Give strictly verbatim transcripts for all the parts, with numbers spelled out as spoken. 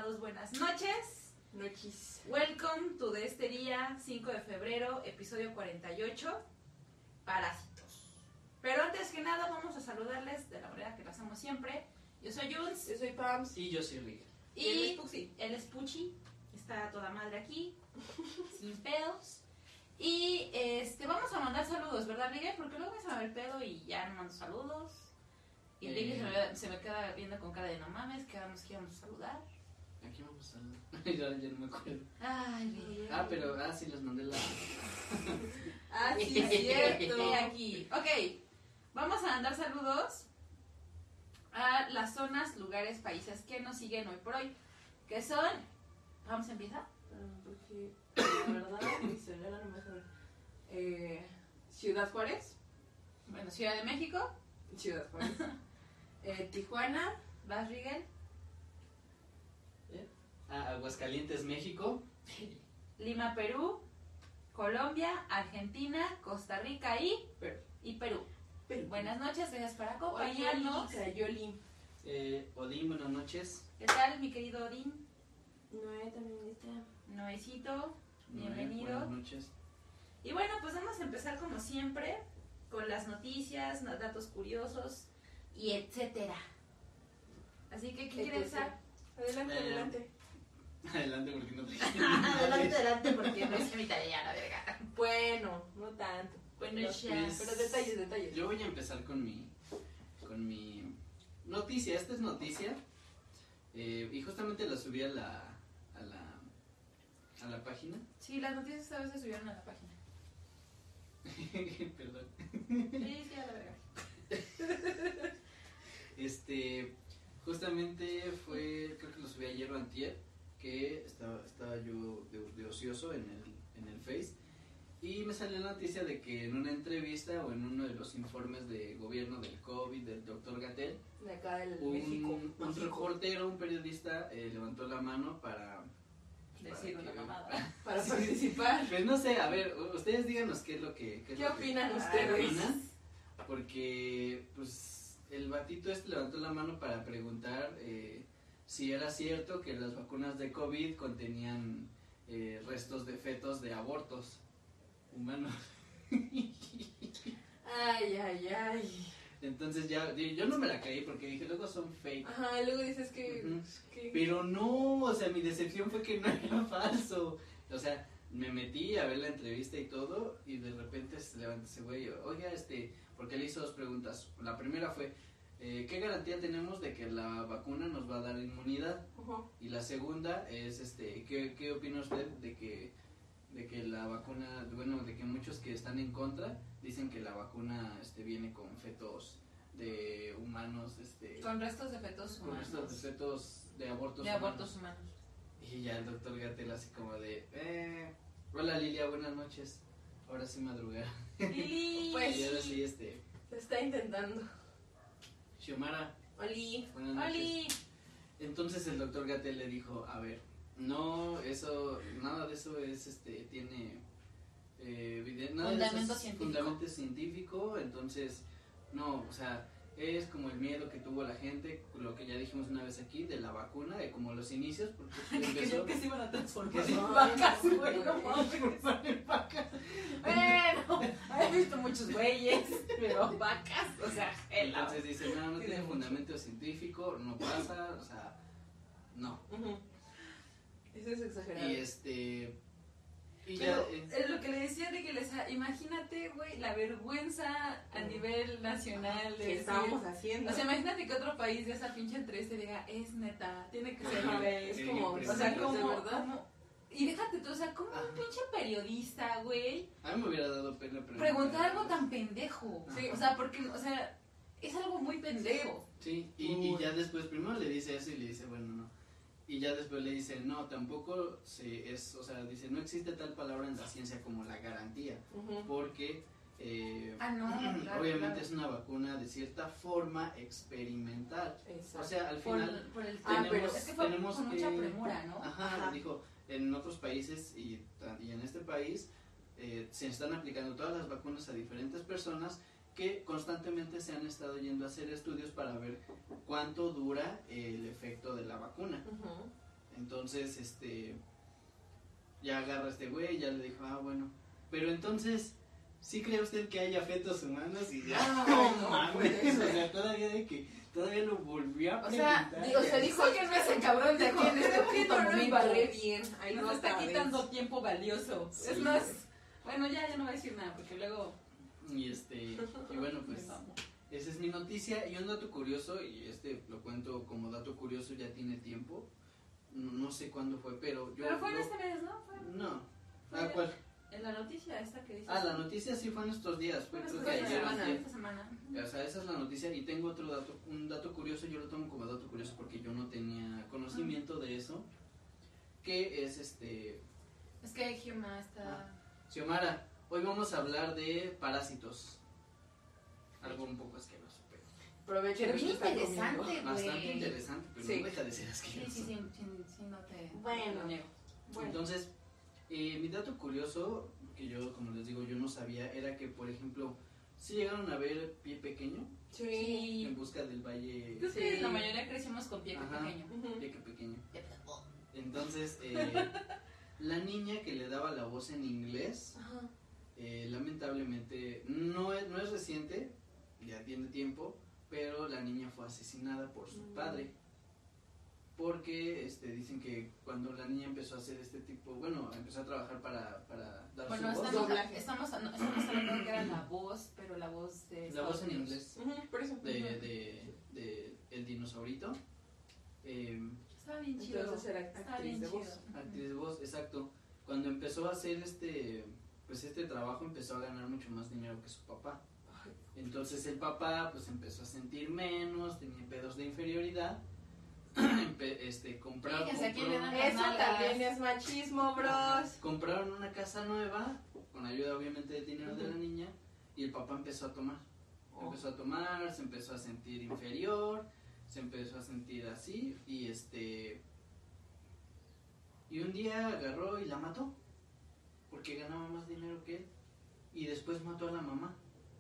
todos buenas noches. Noches. Welcome to de este día, cinco de febrero, episodio cuarenta y ocho, Parásitos. Pero antes que nada vamos a saludarles de la manera que lo hacemos siempre. Yo soy Jules. Yo soy Pams. Y yo soy Riga. Y, Y él es Puxi. Él es Puchi. Está a toda madre aquí, sin pedos. Y este vamos a mandar saludos, ¿verdad, Riga? Porque luego me se me va el pedo y ya no mando saludos. Y el Riga Eh. se, me, se me queda viendo con cara de no mames, quedamos que íbamos a saludar. ¿A quién vamos a saludar? ya, ya no me acuerdo. Ay, Riga. Ah, pero, ah, sí, les mandé la... Ah, sí, es cierto. Estoy aquí. Ok, vamos a mandar saludos a las zonas, lugares, países que nos siguen hoy por hoy. Que son... ¿Vamos a empezar? Ah, porque, la verdad, mi celular no me deja ver. Eh, Ciudad Juárez. Bueno, Ciudad de México, Ciudad Juárez. eh, Tijuana. Vas, Rigel, Ah, Aguascalientes, México. Lima, Perú, Colombia, Argentina, Costa Rica y, Perú. y Perú. Perú. Buenas noches, gracias por Oye, acompañarnos. Yoli. Eh, Odín, buenas noches. ¿Qué tal, mi querido Odín? Noé también está. Noecito, Noé, bienvenido. Buenas noches. Y bueno, pues vamos a empezar como siempre con las noticias, los datos curiosos y etcétera. Así que, ¿quién quiere empezar? Adelante, Eh, adelante. Adelante, porque no te... Adelante, adelante, porque no es mi tarea, la verga. Bueno, no tanto. Bueno, Los- ya. Pero detalles, detalles. Yo voy a empezar con mi... Con mi... Noticia, esta es noticia. Eh, y justamente la subí a la... A la... A la página. Sí, las noticias a veces se subieron a la página. Perdón. Sí, sí, a la verga. Este, justamente fue, creo que lo subí ayer o antier, que estaba, estaba yo de, de ocioso en el, en el Face, y me salió la noticia de que en una entrevista o en uno de los informes de gobierno del COVID del doctor Gatell, De acá del un, México. un México. reportero, un periodista, eh, levantó la mano para... Decir para una que- mamada. Para participar. Pues no sé, a ver, ustedes díganos qué es lo que... es ¿Qué lo que- opinan Ay, ustedes? opinan? Porque, pues, el batito este levantó la mano para preguntar eh, si era cierto que las vacunas de COVID contenían eh, restos de fetos de abortos humanos. Ay, ay, ay. Entonces ya, yo no me la creí porque dije, luego son fake. Ajá, y luego dices que. Ujú. que- Pero no, o sea, mi decepción fue que no era falso. O sea, me metí a ver la entrevista y todo, y de repente se levanta ese güey, oiga, este, porque le hizo dos preguntas. La primera fue, eh, ¿qué garantía tenemos de que la vacuna nos va a dar inmunidad? Ajá. Y la segunda es, este, ¿qué, qué opina usted de que, de que la vacuna, bueno, de que muchos que están en contra dicen que la vacuna, este, viene con fetos de humanos, este, Con restos de fetos con humanos. restos de fetos de abortos De humanos? abortos humanos. Y ya el doctor Gatell así como de, eh, hola Lilia, buenas noches, ahora sí madrugar. Lili. Pues- Y ahora sí, este, Lo está intentando. Xiomara, Oli. buenas noches. Oli. Entonces el doctor Gatell le dijo, a ver, no, eso, nada de eso es, este, tiene, eh, eviden- nada de eso Fundamento es científico. fundamento científico, entonces, no, o sea, es como el miedo que tuvo la gente, lo que ya dijimos una vez aquí, de la vacuna, de como los inicios, porque empezó... Que se iban a transformar Que sí. en vacas, güey, no mames. en vacas. Bueno, he visto muchos güeyes, pero vacas, o sea, el Entonces dice, no, no Sí, tiene de mucho. fundamento científico, no pasa, o sea, no. Ujú. Eso es exagerado. Y este... Y Pero ya... eh, es lo que le decía de que les imagínate, güey, la vergüenza a nivel nacional de ¿Qué decir- estamos haciendo? O sea, imagínate que otro país de esa pinche entrevista diga, es neta, tiene que ser Ajá, güey. es Sí, como, sí, O sea, sí, como, de verdad. como- y déjate tú, o sea, como un pinche periodista, güey, a mí me hubiera dado pena preguntar. preguntar algo tan pendejo. Sí. O sea, porque, o sea, es algo muy pendejo. Sí, y, y ya después, primero le dice eso y le dice, bueno, no. Y ya después le dice, no, tampoco se es, o sea, dice, no existe tal palabra en la ciencia como la garantía, Ujú. porque eh, Ah, no, claro, obviamente claro. es una vacuna de cierta forma experimental. Exacto. O sea, al Por, final por el Ah, tiempo. pero es que fue tenemos con que- mucha premura, ¿no? Ajá, Ajá. dijo, en otros países y, y en este país eh, se están aplicando todas las vacunas a diferentes personas que constantemente se han estado yendo a hacer estudios para ver cuánto dura el efecto de la vacuna. Ujú. Entonces, este, ya agarra a este güey, ya le dijo, ah, bueno, pero entonces, ¿sí cree usted que haya fetos humanos? Y ya, Ah, no no, mames, pues. o sea, todavía de que, todavía lo volvió a O sea, preguntar. digo, se dijo que no es el cabrón de aquí en este Creo que puto no lo momento. embarré bien. Ahí Nos no está otra quitando vez. tiempo valioso. Sí. Es más, bueno, ya, ya no voy a decir nada porque luego... Y este, y bueno, pues, esa es mi noticia. Y un dato curioso, y este lo cuento como dato curioso, ya tiene tiempo, no, no sé cuándo fue, pero yo... Pero fue en yo- este mes, ¿no? Fue No, fue ¿a cuál? en la noticia esta que dices. Ah, la noticia sí fue en estos días, fue Bueno, creo esta que ayer o semana. antier. Esta semana. O sea, esa es la noticia y tengo otro dato, un dato curioso, yo lo tomo como dato curioso porque yo no tenía conocimiento de eso, que es este, Es que Hyuma está... Xiomara, hoy vamos a hablar de parásitos, algo un poco asqueroso, pero Aprovechen Pero que bien está comiendo. interesante, bastante güey. interesante, pero Sí. no deja de ser Sí, asqueroso. sí, sí, sí, sí, no te... Bueno. lo niego. Bueno. Entonces, eh, mi dato curioso, que yo, como les digo, yo no sabía, era que, por ejemplo, si llegaron a ver Pie Pequeño, Sí. Sí. en busca del valle, Creo que Sí. la mayoría crecimos con pie Ajá. pequeño. Ujú. Pie Pequeño. Entonces, eh, la niña que le daba la voz en inglés, Ajá. eh, lamentablemente, no es, no es reciente, ya tiene tiempo, pero la niña fue asesinada por su Mm. padre. Porque este, dicen que cuando la niña empezó a hacer este tipo, bueno, empezó a trabajar para, para dar Bueno, su voz, estamos, Doblaje. estamos, no, estamos hablando de que era la voz, pero la voz de la Estados voz en Unidos. inglés Ujú, por eso. de, de, de El Dinosaurito. Eh, Estaba bien chido. Entonces era Estaba actriz bien de chido. voz. Actriz de voz, exacto. Cuando empezó a hacer este, pues este trabajo empezó a ganar mucho más dinero que su papá. Ay, Entonces el papá pues empezó a sentir menos, tenía pedos de inferioridad, empe- este, compraron, Fíjense, ¿a quién compró- le dan las Eso nalgas? también es machismo, bros. compraron una casa nueva, con ayuda obviamente del dinero de la niña, y el papá empezó a tomar. Oh. Empezó a tomar, se empezó a sentir inferior, se empezó a sentir así, y este... Y un día agarró y la mató, porque ganaba más dinero que él, y después mató a la mamá.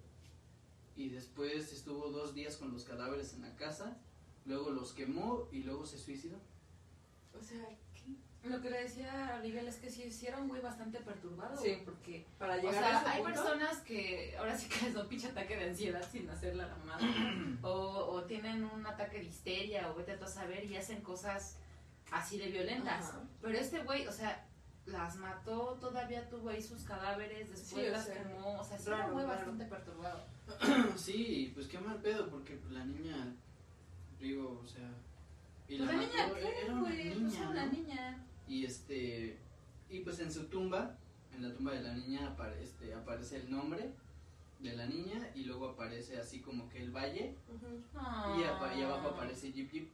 Y después estuvo dos días con los cadáveres en la casa, luego los quemó y luego se suicidó. O sea, ¿qué? Lo que le decía a Miguel es que sí, sí era un güey bastante perturbado. Sí. güey, porque, Para o llegar sea, a ese hay punto. personas que ahora sí que les da un pinche ataque de ansiedad sin hacerla la mamada. o, o tienen un ataque de histeria, o vete a tú a saber, y hacen cosas así de violentas. Ajá. Pero este güey, o sea, las mató, todavía tuvo ahí sus cadáveres, después Sí, o las sea, quemó. O sea, sí era raro, un güey raro. bastante perturbado. Sí, pues qué mal pedo, porque la niña, digo, o sea... Y Pues la mató, niña, era ¿qué, una güey? Pues niña, era una ¿no? niña. Y este, y pues en su tumba, en la tumba de la niña apare- este, aparece el nombre de la niña y luego aparece así como que el valle Ujú. y, apa- y abajo aparece Jeep Jeep.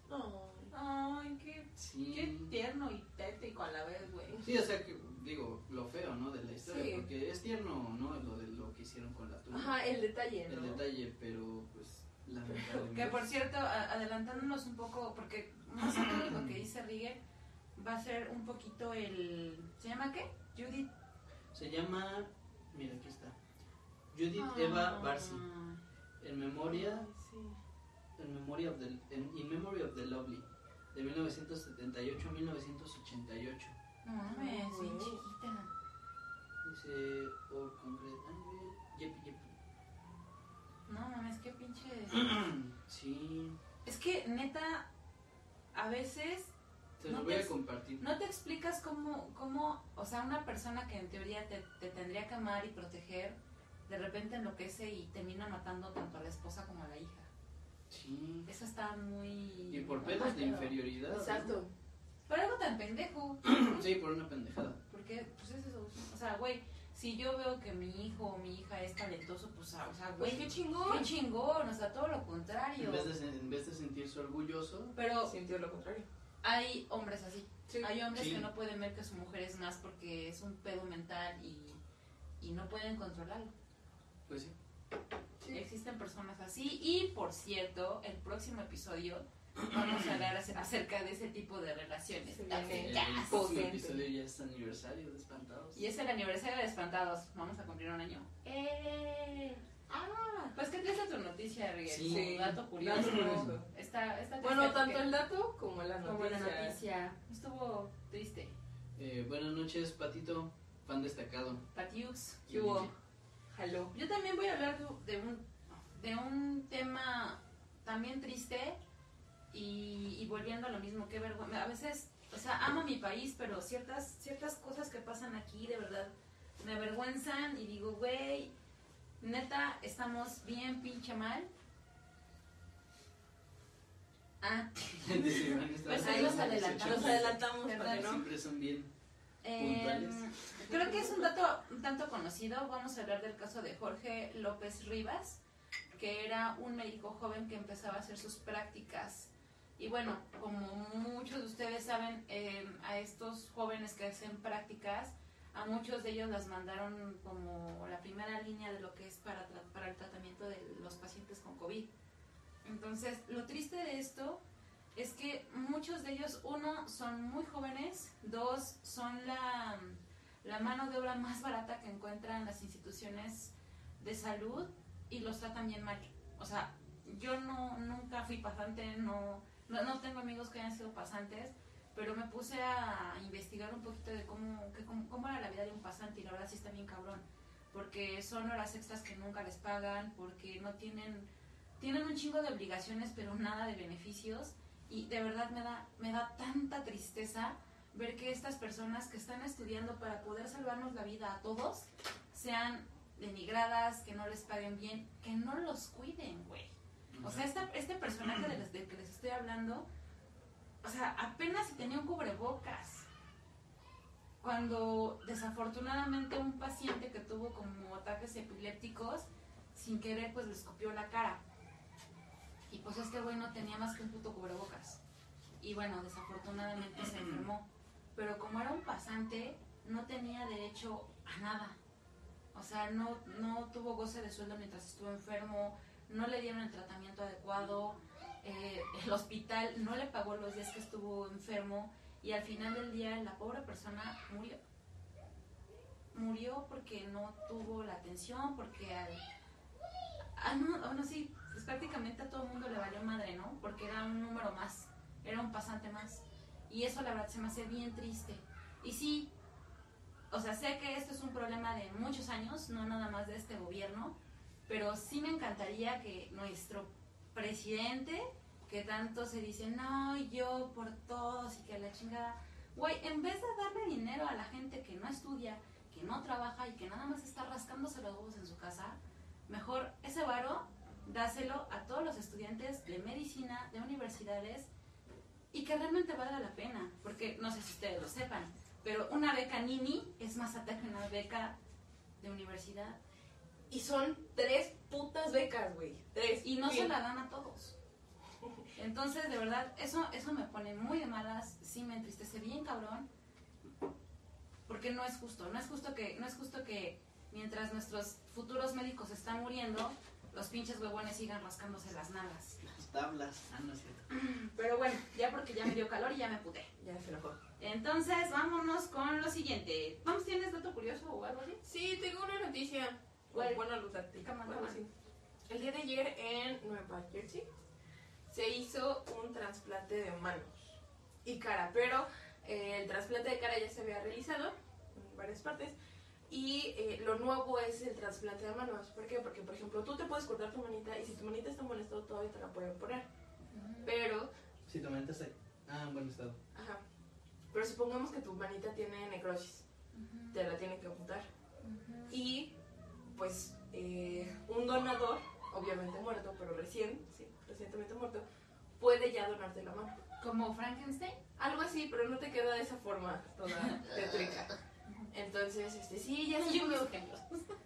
Ay. Ay, qué, Sí. qué tierno y tétrico a la vez, güey. Sí, o sea que digo, lo feo, ¿no? De la historia, Sí. porque es tierno, ¿no? Lo de lo que hicieron con la tumba. Ajá, el detalle, El ¿no? detalle, pero pues lamentablemente. Que por cierto, a- adelantándonos un poco, porque más o menos lo que dice Rigue va a ser un poquito el... ¿Se llama qué? Judith. Se llama, mira aquí está, Judith Ah. Eva Barsi, en memoria Ay, sí. En memory of the, en In Memory of the Lovely, de mil novecientos setenta y ocho a mil novecientos ochenta y ocho. No mames, bien güey. chiquita. Dice, or concrete, ah, yepi, yepi. No mames, qué pinche... Sí, Es que neta, a veces se No lo voy te- a compartir. no te explicas cómo, cómo, o sea, una persona que en teoría te, te tendría que amar y proteger, de repente enloquece y termina matando tanto a la esposa como a la hija. Sí. Eso está muy... Y por muy pedos de mal, inferioridad. ¿no? Exacto. Pero algo tan pendejo. Sí, por una pendejada. Porque, pues es eso. O sea, güey, si yo veo que mi hijo o mi hija es talentoso, pues, o sea, güey, Pues qué chingón. qué chingón, o sea, todo lo contrario. En vez, de, sen- en vez de sentirse orgulloso, Pero Sintió lo contrario. hay hombres así. Sí. Hay hombres Sí. que no pueden ver que su mujer es más porque es un pedo mental y, y no pueden controlarlo. pues sí. Sí. Existen personas así. Y, por cierto, el próximo episodio vamos a hablar ace- acerca de ese tipo de relaciones. Se tan viene El feas. próximo potente. episodio ya es aniversario de Espantados. Y es el aniversario de Espantados. Vamos a cumplir un año. ¡Eh! Ah, Pues, ¿qué triste tu noticia, Riel? Sí. Sí. Dato curioso. Dato curioso. Está, está triste bueno, tanto porque- el dato como la noticia. como la noticia. Estuvo triste. Eh, buenas noches, Patito, fan destacado. Patiux. ¿Qué hubo? Jaló. Yo también voy a hablar de un, de un tema también triste y, y volviendo a lo mismo, qué vergüenza. A veces, o sea, amo mi país, pero ciertas, ciertas cosas que pasan aquí de verdad me avergüenzan y digo, güey, neta, estamos bien pinche mal. Ah, Dice Iván, está Pues ahí haciendo los una adelantamos. sección. Nos adelantamos ¿Verdad? para que no. Siempre son bien. eh, Puntuales. creo que es un dato un tanto conocido. Vamos a hablar del caso de Jorge López Rivas, que era un médico joven que empezaba a hacer sus prácticas. Y bueno, como muchos de ustedes saben, eh, a estos jóvenes que hacen prácticas, a muchos de ellos las mandaron como la primera línea de lo que es para, tra- para el tratamiento de los pacientes con COVID. Entonces, lo triste de esto es que muchos de ellos, uno, son muy jóvenes, dos, son la, la mano de obra más barata que encuentran las instituciones de salud y los tratan bien mal. O sea, yo no nunca fui pasante, no, no, no tengo amigos que hayan sido pasantes, pero me puse a investigar un poquito de cómo, que, cómo, cómo era la vida de un pasante y la verdad sí está bien cabrón, porque son horas extras que nunca les pagan, porque no tienen, tienen un chingo de obligaciones pero nada de beneficios y de verdad me da, me da tanta tristeza ver que estas personas que están estudiando para poder salvarnos la vida a todos sean denigradas, que no les paguen bien, que no los cuiden, güey. O sea, esta, este personaje del, del que les estoy hablando, o sea, apenas si tenía un cubrebocas. Cuando desafortunadamente un paciente que tuvo como ataques epilépticos, sin querer, pues le escupió la cara. Y pues este güey no tenía más que un puto cubrebocas. Y bueno, desafortunadamente se enfermó. Pero como era un pasante, no tenía derecho a nada. O sea, no, no tuvo goce de sueldo mientras estuvo enfermo, no le dieron el tratamiento adecuado, eh, el hospital no le pagó los días que estuvo enfermo y al final del día la pobre persona murió. Murió porque no tuvo la atención, porque al... Ah, no, bueno, sí, pues prácticamente a todo el mundo le valió madre, ¿no? Porque era un número más, era un pasante más. Y eso la verdad se me hace bien triste. Y sí, o sea, sé que esto es un problema de muchos años, no nada más de este gobierno, pero sí me encantaría que nuestro presidente, que tanto se dice, no, yo por todos y que la chingada, güey, en vez de darle dinero a la gente que no estudia, que no trabaja y que nada más está rascándose los huevos en su casa, mejor ese varo, dáselo a todos los estudiantes de medicina, de universidades, y que realmente valga la pena, porque no sé si ustedes lo sepan, pero una beca Nini es más alta que una beca de universidad. Y son tres putas becas, güey. Tres. Y no Bien. se la dan a todos. Entonces, de verdad, eso, eso me pone muy de malas, sí me entristece bien cabrón, porque no es justo, no es justo que, no es justo que mientras nuestros futuros médicos están muriendo, los pinches huevones sigan rascándose las nalgas. Las tablas. Ah, no es cierto. Pero bueno, ya porque ya me dio calor y ya me puté. Ya se enojó. Entonces, vámonos con lo siguiente. Vamos, ¿tienes dato curioso o algo así? Sí, tengo una noticia. ¿Cuál? Bueno, los datos. Come on, Bueno, come on. sí. El día de ayer en Nueva Jersey se hizo un trasplante de manos y cara, pero eh, el trasplante de cara ya se había realizado en varias partes y eh, lo nuevo es el trasplante de manos. ¿Por qué? Porque, por ejemplo, tú te puedes cortar tu manita y si tu manita está en buen estado todavía te la pueden poner, pero, Si tu manita está. Ah, en buen estado. ajá, pero supongamos que tu manita tiene necrosis, te la tienen que amputar y pues eh, un donador, obviamente muerto, pero recién, sí, recientemente muerto, puede ya donarte la mano. ¿Como Frankenstein? Algo así, pero no te queda de esa forma toda tétrica. Entonces, este, sí, ya se, Yo mis pudo- ejemplos.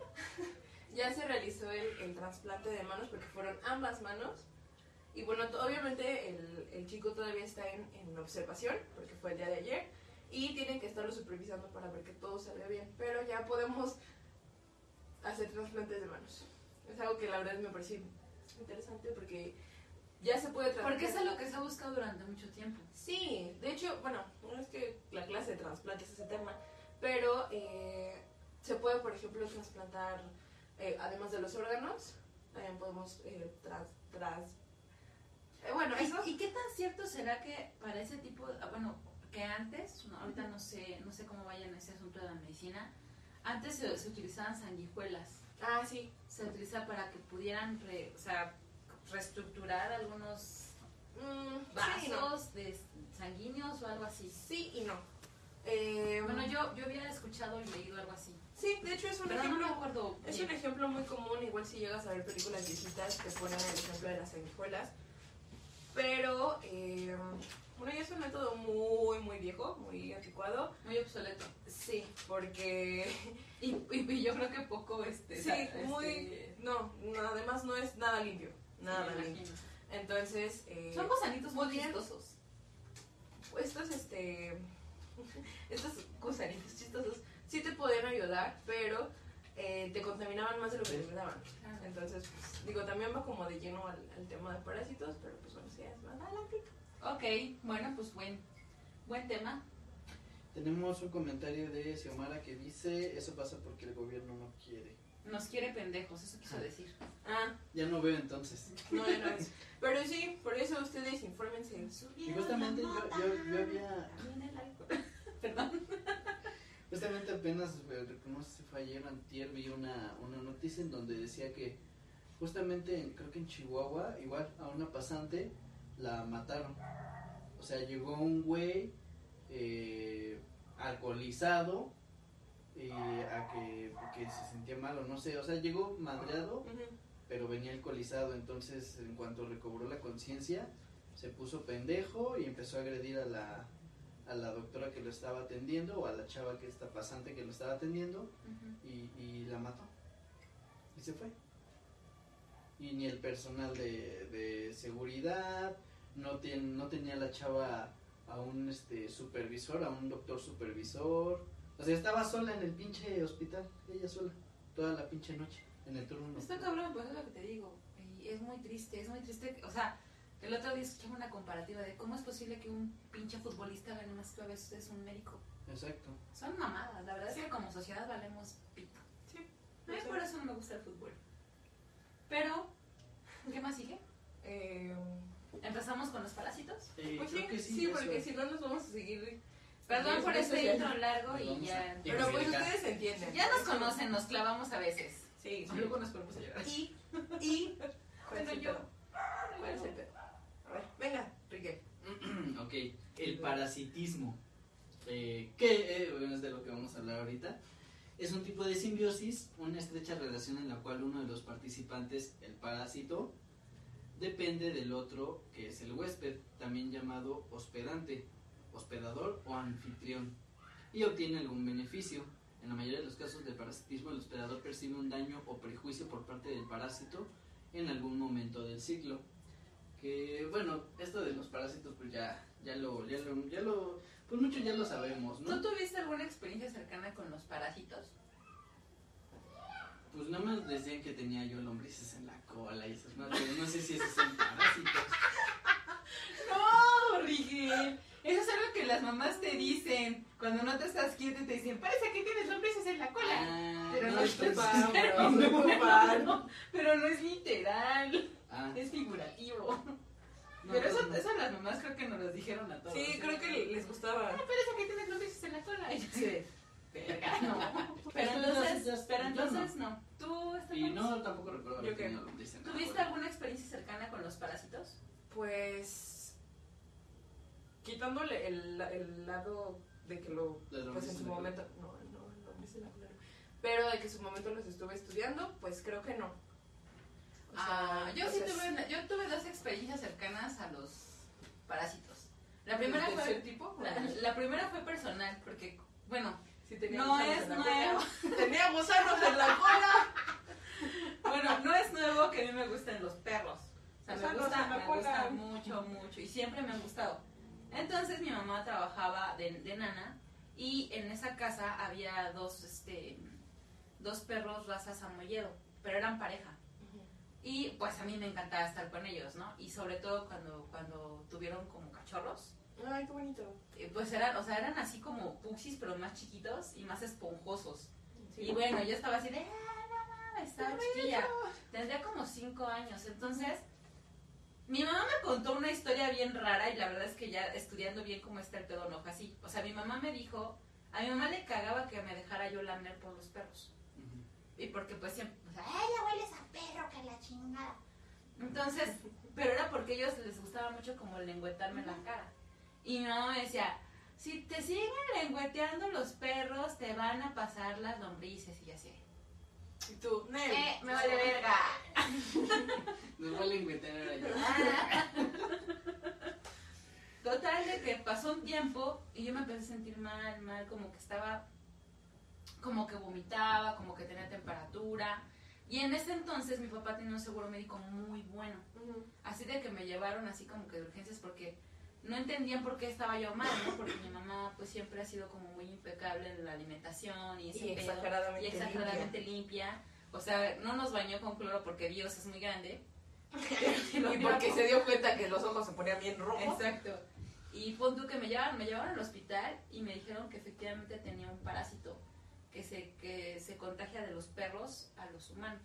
ya se realizó el, el trasplante de manos porque fueron ambas manos. Y bueno, to- obviamente el, el chico todavía está en, en observación porque fue el día de ayer y tienen que estarlo supervisando para ver que todo salga bien. Pero ya podemos hacer trasplantes de manos. Es algo que la verdad me parece interesante porque ya se puede trasplantar. Porque es algo que se ha buscado durante mucho tiempo. Sí, de hecho, bueno, no es que la clase de trasplantes es eterna, pero eh, se puede, por ejemplo, trasplantar eh, además de los órganos, también podemos eh, tras... tras eh, bueno, ¿Y, eso... ¿Y qué tan cierto será que para ese tipo, de, bueno, que antes, no, ahorita no sé, no sé cómo vaya en ese asunto de la medicina, antes se, se utilizaban sanguijuelas, Ah, sí. se utiliza para que pudieran, re, o sea, reestructurar algunos Mm, vasos sí y no. de sanguíneos o algo así. Sí y no. Eh, Bueno, yo, yo había escuchado y leído algo así, Sí, de hecho es un pero no ejemplo... me acuerdo Es bien. un ejemplo muy común, igual si llegas a ver películas viejitas te ponen el ejemplo de las sanguijuelas. Pero, eh, bueno, ya es un método muy, muy viejo, muy anticuado. Muy obsoleto. Sí, porque... Y, y, y yo creo que poco, este... Sí, o sea, muy... este, No, no, además no es nada limpio. Nada sí, me limpio. imagino. Entonces... Eh, Son gusanitos muy muy bien. chistosos. estos, este... estos gusanitos chistosos sí te podían ayudar, pero eh, te contaminaban más de lo que te ayudaban. Claro. Entonces, pues, digo, también va como de lleno al, al tema de parásitos, pero pues bueno, sí, es más adelante. Ok, bueno, pues buen, buen tema. Tenemos un comentario de Xiomara que dice, eso pasa porque el gobierno no quiere. Nos quiere pendejos, eso quiso Ah. decir. Ah, Ya no veo entonces. no, no es. Pero sí, por eso ustedes infórmense. Y justamente yo, yo, yo había, Viene el alcohol. Perdón. justamente apenas, eh, no sé si fue ayer o antier, vi una, una noticia en donde decía que justamente, en- creo que en Chihuahua, igual a una pasante la mataron. O sea, llegó un güey eh, alcoholizado eh, a que, que se sentía mal o no sé, o sea, llegó madreado, Ujú. pero venía alcoholizado, entonces en cuanto recobró la conciencia, se puso pendejo y empezó a agredir a la, a la doctora que lo estaba atendiendo o a la chava que está pasante que lo estaba atendiendo Ujú. y, y la mató y se fue. Y ni el personal de, de seguridad, no, ten, no tenía la chava a un este supervisor, a un doctor supervisor, o sea, estaba sola en el pinche hospital, ella sola, toda la pinche noche, en el turno Está nocturno. cabrón, pues es lo que te digo. Y es muy triste, es muy triste. que- O sea, el otro día escuchaba una comparativa de cómo es posible que un pinche futbolista gane más que a veces es un médico. Exacto. Son mamadas, la verdad es que como sociedad valemos pito. Sí. A mí por eso no me gusta el fútbol. Pero, ¿qué más sigue? Eh, ¿Empezamos con los parásitos? Eh, pues sí, creo que sí, sí, porque eso. si no nos vamos a seguir. Perdón Yes, por eso este ya- intro largo Nos y vamos ya... a- Pero pues Explicar. ustedes entienden. Ya nos conocen, nos clavamos a veces. Sí, sí. Luego nos ponemos a llorar. Y, y, ¿cuál es Bueno, el yo... pedo? ¿Cuál es el pedo? A ver, venga, Rique. Ok, el parasitismo, eh, que eh, bueno, es de lo que vamos a hablar ahorita, es un tipo de simbiosis, una estrecha relación en la cual uno de los participantes, el parásito, depende del otro, que es el huésped, también llamado hospedante, hospedador o anfitrión, y obtiene algún beneficio. En la mayoría de los casos de parasitismo, el hospedador percibe un daño o prejuicio por parte del parásito en algún momento del ciclo. Que bueno, esto de los parásitos pues ya, ya lo, ya lo, ya lo, pues muchos ya lo sabemos, ¿no? ¿Tú tuviste alguna experiencia cercana con los parásitos? Pues nada más decían que tenía yo lombrices en la cola y esas más, pero no sé si esos son parásitos. No, Rigel. Eso es algo que las mamás te dicen cuando no te estás quieto y te dicen, parece que tienes lombrices en la cola. Ah, Pero no no, es tu entonces- pan, bro, no es tu pan. No, pero no es literal, Ah, es figurativo. no, Pero eso, no. eso las mamás creo que nos lo dijeron a todos. Sí, creo que les gustaba. "Ah, parece que tienes lombrices en la cola. Y yo, Sí. verga, no. Pero Esto entonces, ya- ya- pero yo entonces no. ¿Tú, Y Esteban, no, tampoco recuerdo haber ¿Yo qué? tenido lombrices en la tuviste cola. alguna experiencia cercana con los parásitos? Pues, quitándole el, el lado de que lo, Las pues lombrices en su en la cola. momento, no, no, no, dice la cola, no. Pero de que en su momento los estuve estudiando, pues creo que no. O sea, Ah, yo o sí sea, tuve, yo tuve dos experiencias cercanas a los parásitos. La primera ¿del tercer fue, tipo? la, la primera fue personal, porque, bueno, Sí, tenía no gusanos es en la nuevo. cola. Tenía gusanos en la cola. Bueno, no es nuevo que a mí me gusten los perros. O sea, me, Gusanos gusta, en la me cola. gustan mucho, mucho, y siempre me han gustado. Entonces mi mamá trabajaba de, de nana, y en esa casa había dos, este, dos perros raza samoyedo, pero eran pareja. Y pues a mí me encantaba estar con ellos, ¿no? Y sobre todo cuando, cuando tuvieron como cachorros, Ay, qué bonito. eh, pues eran, o sea, eran así como puxis, pero más chiquitos y más esponjosos. Sí. Y bueno, yo estaba así de, ah, no estaba chiquilla, tendría como cinco años, entonces mi mamá me contó una historia bien rara y la verdad es que ya estudiando bien cómo está el pedo no fue así. O sea, mi mamá me dijo, a mi mamá le cagaba que me dejara yo lamer por los perros. Uh-huh. Y porque pues siempre, o sea, ¡ay, ya hueles a perro, que la chingada! Entonces, pero era porque a ellos les gustaba mucho como lengüetarme uh-huh. la cara. Y mi mamá me decía, si te siguen lengüeteando los perros, te van a pasar las lombrices y así. Y tú, Nel, eh, me vale verga. Nos va a lengüetear ahora yo. Total, de que pasó un tiempo y yo me empecé a sentir mal, mal, como que estaba, como que vomitaba, como que tenía temperatura. Y en ese entonces mi papá tenía un seguro médico muy bueno. Uh-huh. Así de que me llevaron así como que de urgencias porque no entendían por qué estaba yo mal, ¿no? Porque mi mamá pues siempre ha sido como muy impecable en la alimentación y, ese y pedo, exageradamente, y exageradamente limpia. limpia. O sea, no nos bañó con cloro porque Dios es muy grande. Y porque se dio cuenta que los ojos se ponían bien rojos. Exacto. Y pon tú que me llevaron, me llevaron al hospital y me dijeron que efectivamente tenía un parásito que se, que se contagia de los perros a los humanos.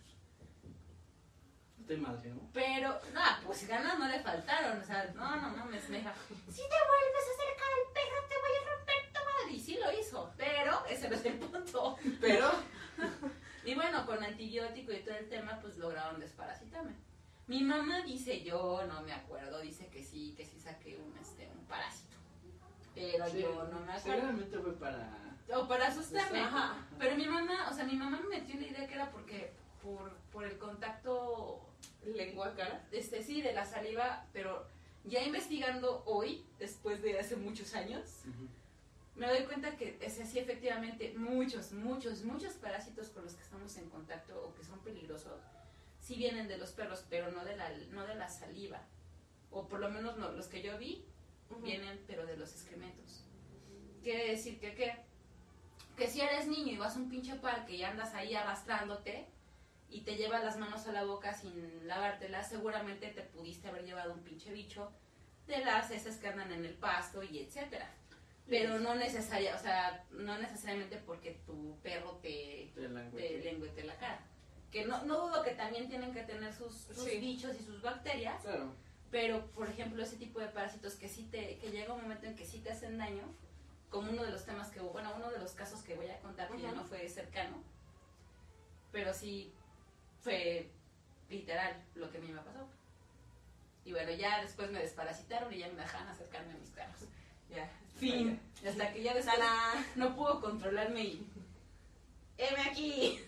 Estoy madre, ¿no? Pero, no, pues ganas no le faltaron, o sea, no, no mames, me dijo, si te vuelves a acercar al perro te voy a romper tu madre. Y sí lo hizo, pero ese no es el punto. Pero, y bueno, con antibiótico y todo el tema, pues lograron desparasitarme. Mi mamá dice, yo no me acuerdo, dice que sí, que sí saqué un, este, un parásito. Pero sí, yo no me acuerdo. Seguramente fue para... O para asustarme. Ajá. Pero mi mamá, o sea, mi mamá me metió la idea que era porque, por, por el contacto... Lengua cara. Este, sí, de la saliva, pero ya investigando hoy, después de hace muchos años, uh-huh. me doy cuenta que es así efectivamente muchos, muchos, muchos parásitos con los que estamos en contacto o que son peligrosos, sí vienen de los perros, pero no de la, no de la saliva. O por lo menos no, los que yo vi, uh-huh. vienen pero de los excrementos. Quiere decir que, ¿qué? Que si eres niño y vas a un pinche parque y andas ahí arrastrándote, y te llevas las manos a la boca sin lavártelas, seguramente te pudiste haber llevado un pinche bicho de las heces que andan en el pasto y etcétera. Pero no necesaria, o sea, no necesariamente porque tu perro te, te lengüete la cara. Que no, no dudo que también tienen que tener sus, sus sí. bichos y sus bacterias, claro. Pero por ejemplo ese tipo de parásitos que sí te, que llega un momento en que sí te hacen daño, como uno de los temas que, bueno, uno de los casos que voy a contar, que uh-huh. ya no fue cercano, pero sí fue literal lo que a mí me pasó. Y bueno, ya después me desparasitaron y ya me dejaban acercarme a mis perros. Ya, fin. Y hasta que ya después no puedo controlarme y... ¡heme aquí!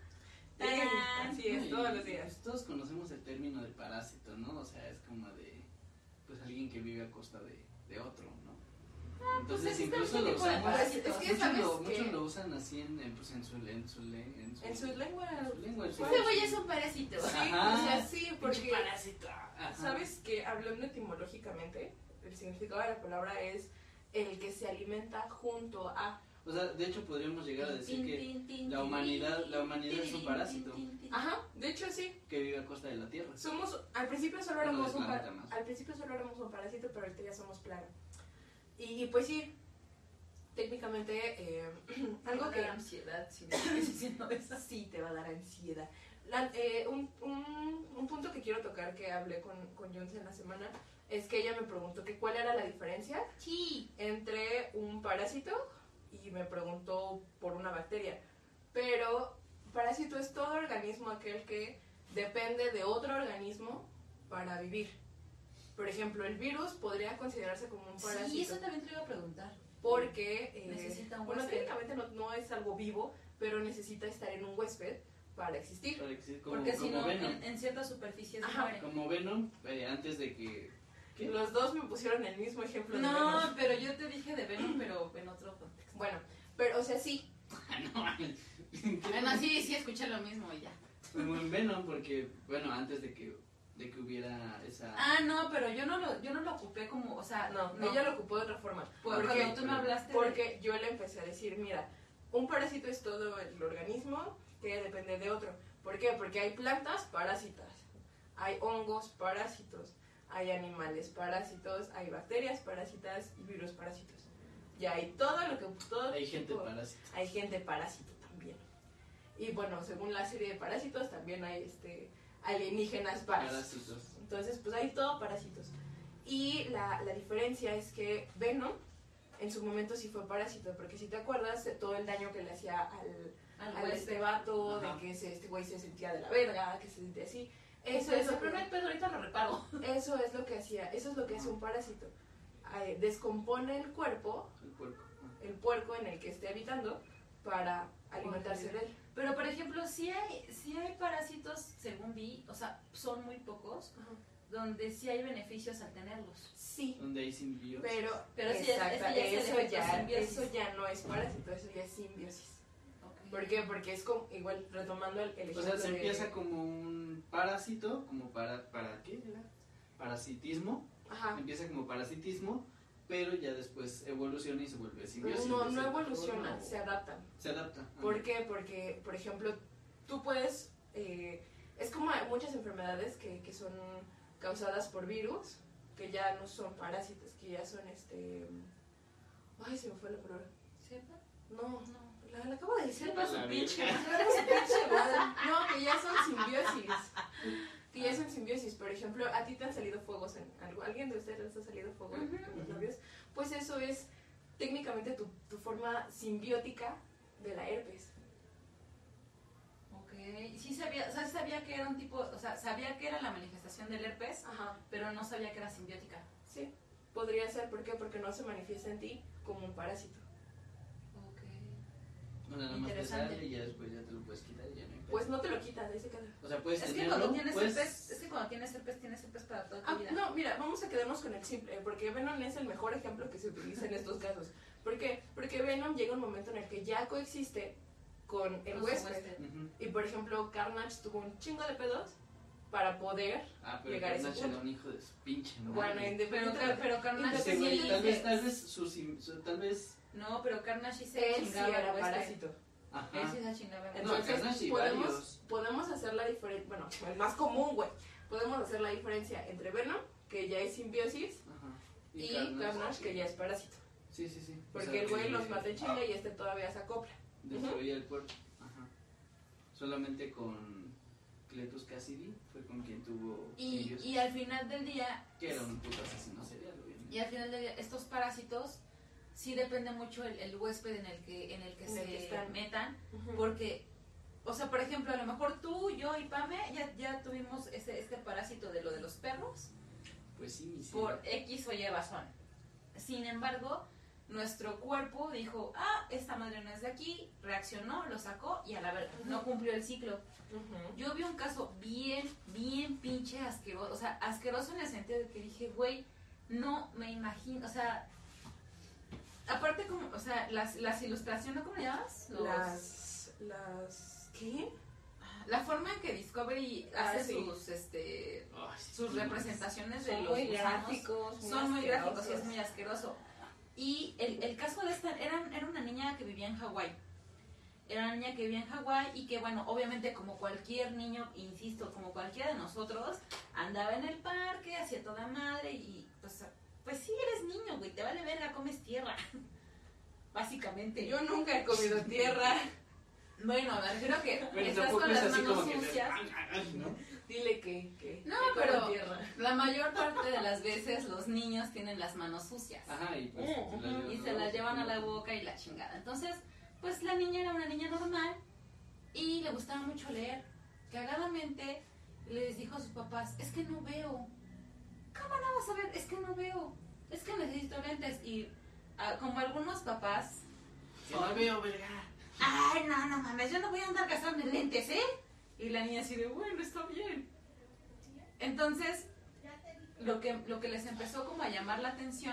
Así es, todos los días. Pues todos conocemos el término de parásito, ¿no? O sea, es como de... pues alguien que vive a costa de, de otro, ¿no? Ah, entonces pues incluso lo usamos, es que muchos, sabes lo, que... muchos lo usan así en, en, pues en su en su, en su, en su lengua, en su lengua, en su ese güey es un parásito. Sí, ajá, o sea, sí, porque parásito. Sabes que hablando etimológicamente, el significado de la palabra es el que se alimenta junto a. O sea, de hecho podríamos llegar a decir que la humanidad, la humanidad es un parásito. Ajá, de hecho sí. Que vive a costa de la tierra. Somos, al principio solo éramos un parásito, al principio solo éramos un parásito, pero ahorita ya somos plaga. Y, y pues sí, técnicamente eh, algo va que... a dar ansiedad si me sigues diciendo eso. Sí, te va a dar ansiedad. La, eh, un, un, un punto que quiero tocar que hablé con, con Jones en la semana es que ella me preguntó que cuál era la diferencia sí. entre un parásito y me preguntó por una bacteria. Pero parásito es todo organismo aquel que depende de otro organismo para vivir. Por ejemplo, el virus podría considerarse como un parásito. Sí, eso también te iba a preguntar. Porque, eh, necesita un bueno, huésped. técnicamente no, no es algo vivo, pero necesita estar en un huésped para existir. Para existir como, porque si como no, Venom. en, en ciertas superficies Ajá, muere. Como Venom, eh, antes de que... ¿qué? Los dos me pusieron el mismo ejemplo de No, Venom. pero yo te dije de Venom, pero en otro contexto. Bueno, pero, o sea, sí. no, bueno, sí, sí, escuché lo mismo y ya. Como en Venom, porque, bueno, antes de que, de que hubiera esa... Ah, no, pero yo no lo, yo no lo ocupé como, o sea, No, no. ella lo ocupó de otra forma. Porque cuando tú me hablaste Porque de... yo le empecé a decir, mira, un parásito es todo el organismo que depende de otro. ¿Por qué? Porque hay plantas parásitas, hay hongos parásitos, hay animales parásitos, hay bacterias parásitas y virus parásitos. Ya hay todo lo que... Todo hay gente tipo, parásita. Hay gente parásito también. Y bueno, según la serie de Parásitos, también hay este alienígenas parásitos. Parásitos. Entonces, pues hay todo parásitos. Y la, la diferencia es que Venom en su momento sí fue parásito, porque si te acuerdas de todo el daño que le hacía al, Al al huésped. este vato, Ajá. de que ese, este güey se sentía de la verga, que se sentía así. Eso Eso es, lo pero no hay que, pedo, ahorita lo reparo. eso es lo que hacía, eso es lo que hace un parásito. Eh, descompone el cuerpo, El puerco. Ah. el puerco en el que esté habitando, para alimentarse de él. Pero, por ejemplo, sí hay, sí hay parásitos, según vi, o sea, son muy pocos, Ajá. donde sí hay beneficios al tenerlos. Sí, Donde hay simbiosis. pero, Pero sí, exacta, ese ya es el eso, efecto ya, simbiosis. eso ya no es parásito, eso ya es simbiosis. Ok. ¿Por qué? Porque es como, igual, retomando el, el O ejemplo sea, se de- empieza como un parásito, como para, ¿para qué era? Parasitismo. Ajá. Empieza como parasitismo, pero ya después evoluciona y se vuelve simbiosis. No, de no cierta evoluciona, forma, o- se adaptan. Se adapta. Ah. ¿Por qué? Porque, por ejemplo, tú puedes... eh, es como hay muchas enfermedades que, que son causadas por virus, que ya no son parásitos, que ya son este... Ay, se me fue la palabra. ¿Sepa? No, No. la, la acabo de decir. Sepa la su vi. pinche. Sepa su pinche madre. No, que ya son simbiosis. Que ya son simbiosis. Por ejemplo, a ti te han salido fuegos en algo. ¿Alguien de ustedes les ha salido fuego en Ujú. los labios? Pues eso es técnicamente tu, tu forma simbiótica de la herpes. Ok. Sí sabía, o sea, sí sabía que era un tipo, o sea, sabía que era la manifestación del herpes, Ajá. pero no sabía que era simbiótica. Sí, podría ser. ¿Por qué? Porque no se manifiesta en ti como un parásito. Ok. Bueno, nada más te Interesante. sale y ya después ya te lo puedes quitar y ya no hay pedo. Pues no te lo quitas, ahí se queda. O sea, puedes Es que tenerlo, cuando tienes puedes- herpes, es que cuando tienes herpes, tienes herpes para toda tu Ah, vida. no, mira, vamos a quedarnos con el simple, porque Venom es el mejor ejemplo que se utiliza en estos casos. ¿Por qué? Porque Venom llega un momento en el que ya coexiste con el Con su huésped. huésped. Ujú. Y por ejemplo, Carnage tuvo un chingo de pedos para poder Ah, pero llegar a ese Carnage punto. era un hijo de su pinche madre. Bueno, Pero, independientemente. pero Carnage Ese sí güey, tal vez, dice- tal vez su, sim- su- tal vez, No, pero Carnage sí se él sí chingaba al era huésped. parásito. ajá. Él sí se chingaba al No, huésped. Carnage y podemos, varios. podemos hacer la diferencia, bueno, el más común, güey. Podemos hacer la diferencia entre Venom, que ya es simbiosis, Ajá. y Carnage, que ya es parásito. Sí, sí, sí. O Porque sea, el güey que los mata en chinga y este todavía se acopla. destruía el cuerpo. Ajá. Solamente con Cletus Cassidy fue con quien tuvo Y, simbiosis, y al final del día, que era un puto asesino serial, obviamente. y al final del día, estos parásitos sí depende mucho el, el huésped en el que, en el que En se el que están. metan, Ujú. porque, o sea, por ejemplo, a lo mejor tú, yo y Pame ya, ya tuvimos este, este parásito de lo de los perros Pues sí, mi por X o Y razón. Sin embargo, nuestro cuerpo dijo, ah, esta madre no es de aquí, reaccionó, lo sacó y a la verga, no cumplió el ciclo. Ujú. Yo vi un caso bien, bien pinche asqueroso, o sea, asqueroso en el sentido de que dije, güey, no me imagino, o sea, aparte como, o sea, las, las ilustraciones, ¿cómo le llamas? Los- Las. Las. ¿Qué? La forma en que Discovery Ah, hace sí. sus, este, Ay, sus sí, representaciones de Son los muy gusanos. gráficos. Son muy gráficos y es asquerosos. muy asqueroso. Y el, el caso de esta, era, era una niña que vivía en Hawái. Era una niña que vivía en Hawái y que, bueno, obviamente como cualquier niño, insisto, como cualquiera de nosotros, andaba en el parque, hacía toda madre y pues, pues sí eres niño, güey, te vale verga, comes tierra. Básicamente. Yo nunca he comido tierra. Bueno, me refiero a que Pero estás tampoco con es las así manos como que sucias. ¿no? Dile que. que No, que pero- como tierra. La mayor parte de las veces los niños tienen las manos sucias. Ajá, y pues Mm, se las Y llevan se a las llevan a la boca. boca y la chingada. Entonces, pues la niña era una niña normal y le gustaba mucho leer. Cagadamente les dijo a sus papás, es que no veo. ¿Cómo no vas a ver? Es que no veo. Es que necesito lentes. Y ah, como algunos papás... Que no veo, verga. Ay, no, no mames, yo no voy a andar gastando en lentes, ¿eh? Y la niña así de, bueno, está bien. Entonces, lo que, lo que les empezó como a llamar la atención,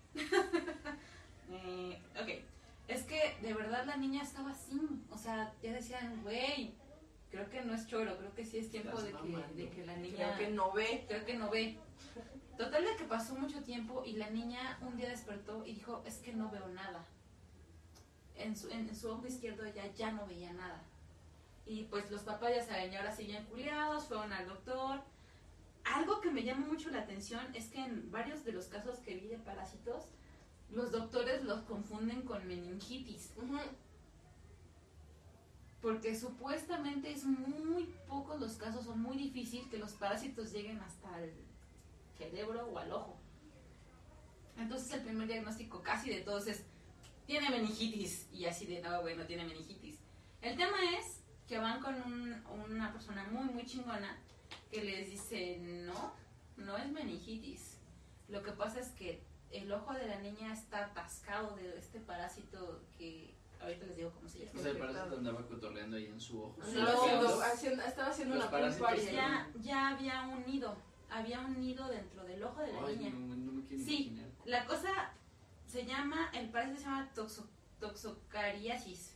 eh, ok, es que de verdad la niña estaba así, o sea, ya decían, güey, creo que no es choro, creo que sí es tiempo Estás de que, mamando. de que la niña... Creo que no ve. Creo que no ve. Total de que pasó mucho tiempo y la niña un día despertó y dijo, es que no veo nada. En su, en, en su ojo izquierdo ella ya no veía nada. Y pues los papás ya saben, y ahora siguen culiados, fueron al doctor. Algo que me llama mucho la atención es que en varios de los casos que vi de parásitos, los doctores los confunden con meningitis. Ujú. porque supuestamente es muy pocos los casos o muy difícil que los parásitos lleguen hasta el cerebro o al ojo. Entonces el primer diagnóstico casi de todos es, tiene meningitis, y así de, no, güey, no tiene meningitis. El tema es que van con un, una persona muy, muy chingona que les dice, no, no es meningitis. Lo que pasa es que el ojo de la niña está atascado de este parásito que ahorita les digo cómo se llama. O sea, el parásito andaba cotorreando ahí en su ojo. Estaba No. haciendo, haciendo, estaba haciendo Los una parásitos pulparia. Ya, ya había un nido, había un nido dentro del ojo de la Ay, niña. no, no me quiero Sí. imaginar. La cosa se llama, el parásito se llama toxo, toxocariasis.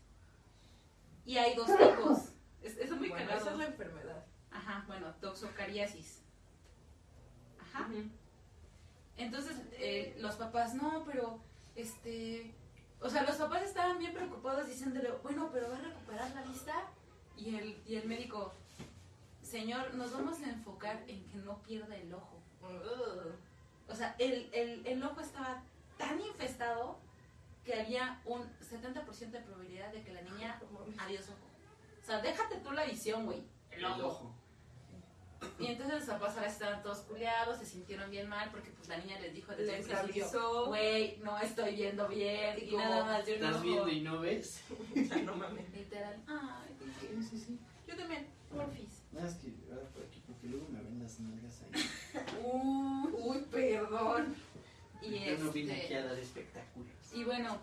Y hay dos tipos. Es, es muy Bueno, cagado. esa es la enfermedad. Ajá, bueno, toxocariasis. Ajá. Ujú. Entonces, eh, los papás, no, pero, este, o sea, los papás estaban bien preocupados diciéndole, bueno, pero ¿va a recuperar la vista? Y el, y el médico, señor, nos vamos a enfocar en que no pierda el ojo. Ugh. O sea, el, el, el ojo estaba tan infestado que había un setenta por ciento de probabilidad de que la niña, adiós ojo. O sea, déjate tú la visión, güey, el El ojo. ojo. Y entonces los papás ahora estaban todos culeados, se sintieron bien mal porque pues la niña les dijo desde el Les principio, avisó. güey, no estoy viendo bien, Y y como, nada más de un ¿Estás ojo. viendo y no ves? No mames. Literal, ay, Sí, sí, sí. yo también, porfis. No, es que ahora por aquí, porque luego me ven las nalgas ahí. Uy, uy, perdón. Y Yo no vine este- aquí a dar espectáculos. Y bueno,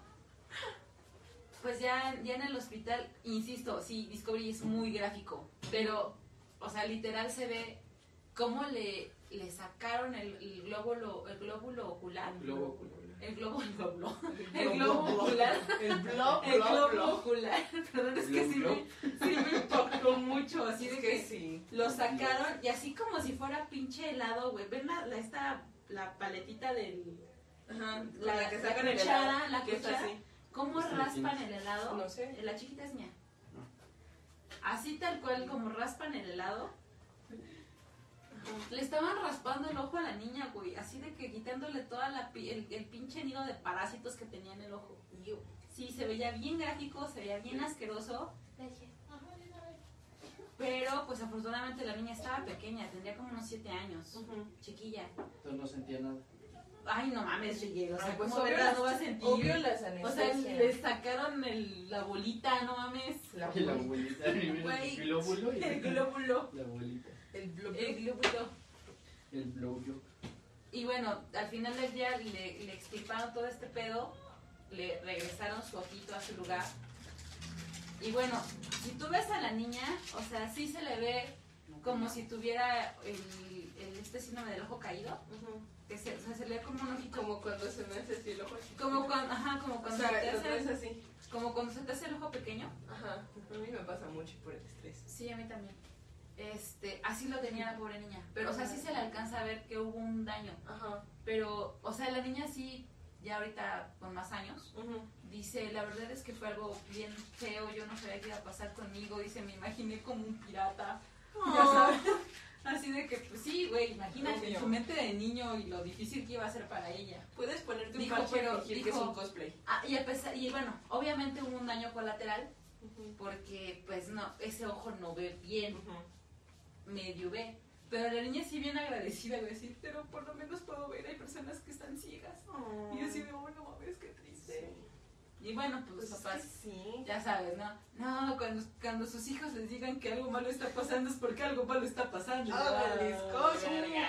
pues ya, ya en el hospital, insisto, sí, Discovery es muy gráfico, pero, o sea, literal se ve cómo le, le sacaron el, el glóbulo, el glóbulo ocular. Globo ocular. El globo, el globo, el globo ocular. El blog, El blog, globo blog. ocular. Perdón, es que sí me, sí me impactó mucho, así de Es que que sí. lo sacaron y así como si fuera pinche helado, güey. ¿Ven la, la- esta, la paletita del... Ajá. La, La que la sacan el cuchara, helado, la que está cuchara. así. ¿Cómo ¿Esta de raspan quién el helado? No sé. La chiquita es mía. Así tal cual como raspan el helado. Le estaban raspando el ojo a la niña, güey. Así de que quitándole toda la pi- el, el pinche nido de parásitos que tenía en el ojo. Iu. Sí, se veía bien gráfico, se veía bien asqueroso. Pero pues afortunadamente la niña estaba pequeña, tendría como unos siete años. Ujú. Chiquilla. Entonces no sentía nada. Ay, no mames, Riguero. O sea, Ay, pues ¿cómo obvio verás las- no va a sentir? Obvio las O sea, anestesias. le sacaron el, la bolita, no mames. La Y la abuelita, Güey, el glóbulo y El glóbulo. la abuelita. El blog. El glóbulo. El blowjob. Y bueno, al final del día le, le explicaron todo este pedo, le regresaron su ojito a su lugar. Y bueno, si tú ves a la niña, o sea, sí se le ve como si tuviera el, el este síndrome del ojo caído, Ujú. que se, o sea, se le ve como un ojito, Como cuando se me hace así el ojo. como cuando, ajá, como O cuando sea, se te lo traes hace, así. como cuando se te hace el ojo pequeño. Ajá. A mí me pasa mucho por el estrés. Sí, a mí también. Este, así lo tenía la pobre niña. Pero, o sea, sí se le alcanza a ver que hubo un daño. Ajá. Pero, o sea, la niña sí, ya ahorita con más años, Ujú. dice, la verdad es que fue algo bien feo, yo no sabía qué iba a pasar conmigo, dice, me imaginé como un pirata, ya sabes, así de que, pues sí, güey, imagínate, en Obvio. su mente de niño y lo difícil que iba a ser para ella. Puedes ponerte un Dijo, parche pero y fingir que es dijo- un cosplay. Ah, y, a pesar- y bueno, obviamente hubo un daño colateral, Ujú. porque, pues no, ese ojo no ve bien, Ujú. medio ve. Pero la niña sí bien agradecida, güey, decir, pero por lo menos puedo ver, hay personas que están ciegas. Y así de, oh, no mames, qué triste. Y bueno, pues Pues los es papás... que sí. Ya sabes, ¿no? No, cuando, cuando sus hijos les digan que algo malo está pasando es porque algo malo está pasando. ¡Hágales caso! verga.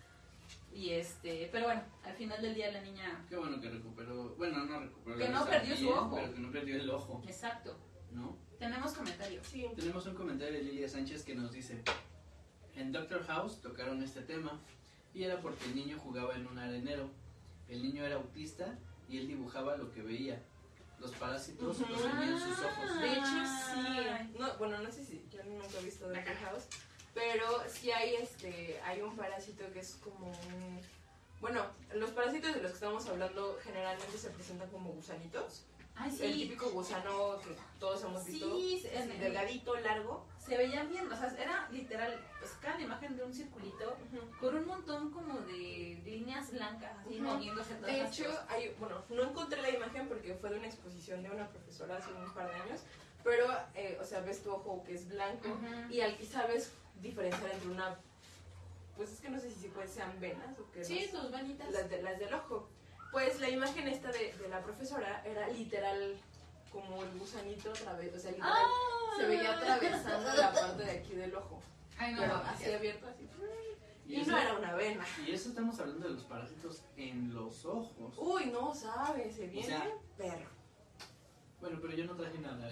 Y este, pero bueno, al final del día la niña... Qué bueno que recuperó. Bueno, no recuperó. Que la no vista perdió su bien, ojo. Pero que no perdió el ojo, Exacto. ¿no? Tenemos comentarios. Sí. Tenemos un comentario de Lilia Sánchez que nos dice: en Doctor House tocaron este tema y era porque el niño jugaba en un arenero. El niño era autista y él dibujaba lo que veía. Los parásitos Ujú. los tenía en sus ojos. De hecho, Ay. sí. No, bueno, no sé si yo nunca he visto Doctor House, pero sí hay este, hay un parásito que es como un, bueno, los parásitos de los que estamos hablando generalmente se presentan como gusanitos. Ay, El sí. típico gusano que todos hemos visto, Sí, así, en- delgadito, largo. Se veían bien, o sea, era literal, pues cada imagen de un circulito con un montón como de líneas blancas así Ujú. moviéndose todas De las hecho, cosas. hay, bueno, no encontré la imagen porque fue de una exposición de una profesora hace un par de años, pero, eh, o sea, ves tu ojo que es blanco Ujú. y al, y sabes diferenciar entre una, pues es que no sé si pues sean venas o qué. Sí, no sé, tus vanitas. las, de, las del ojo. Pues la imagen esta de, de la profesora era literal como el gusanito otra vez, o sea, literal ¡Ah! se veía atravesando la parte de aquí del ojo, Ay, no, pero no, así ya. abierto, así. Y, eso, no era una vena. y eso estamos hablando de los parásitos en los ojos. Uy, no sabes, se viene sea, perro. Bueno, pero yo no traje nada.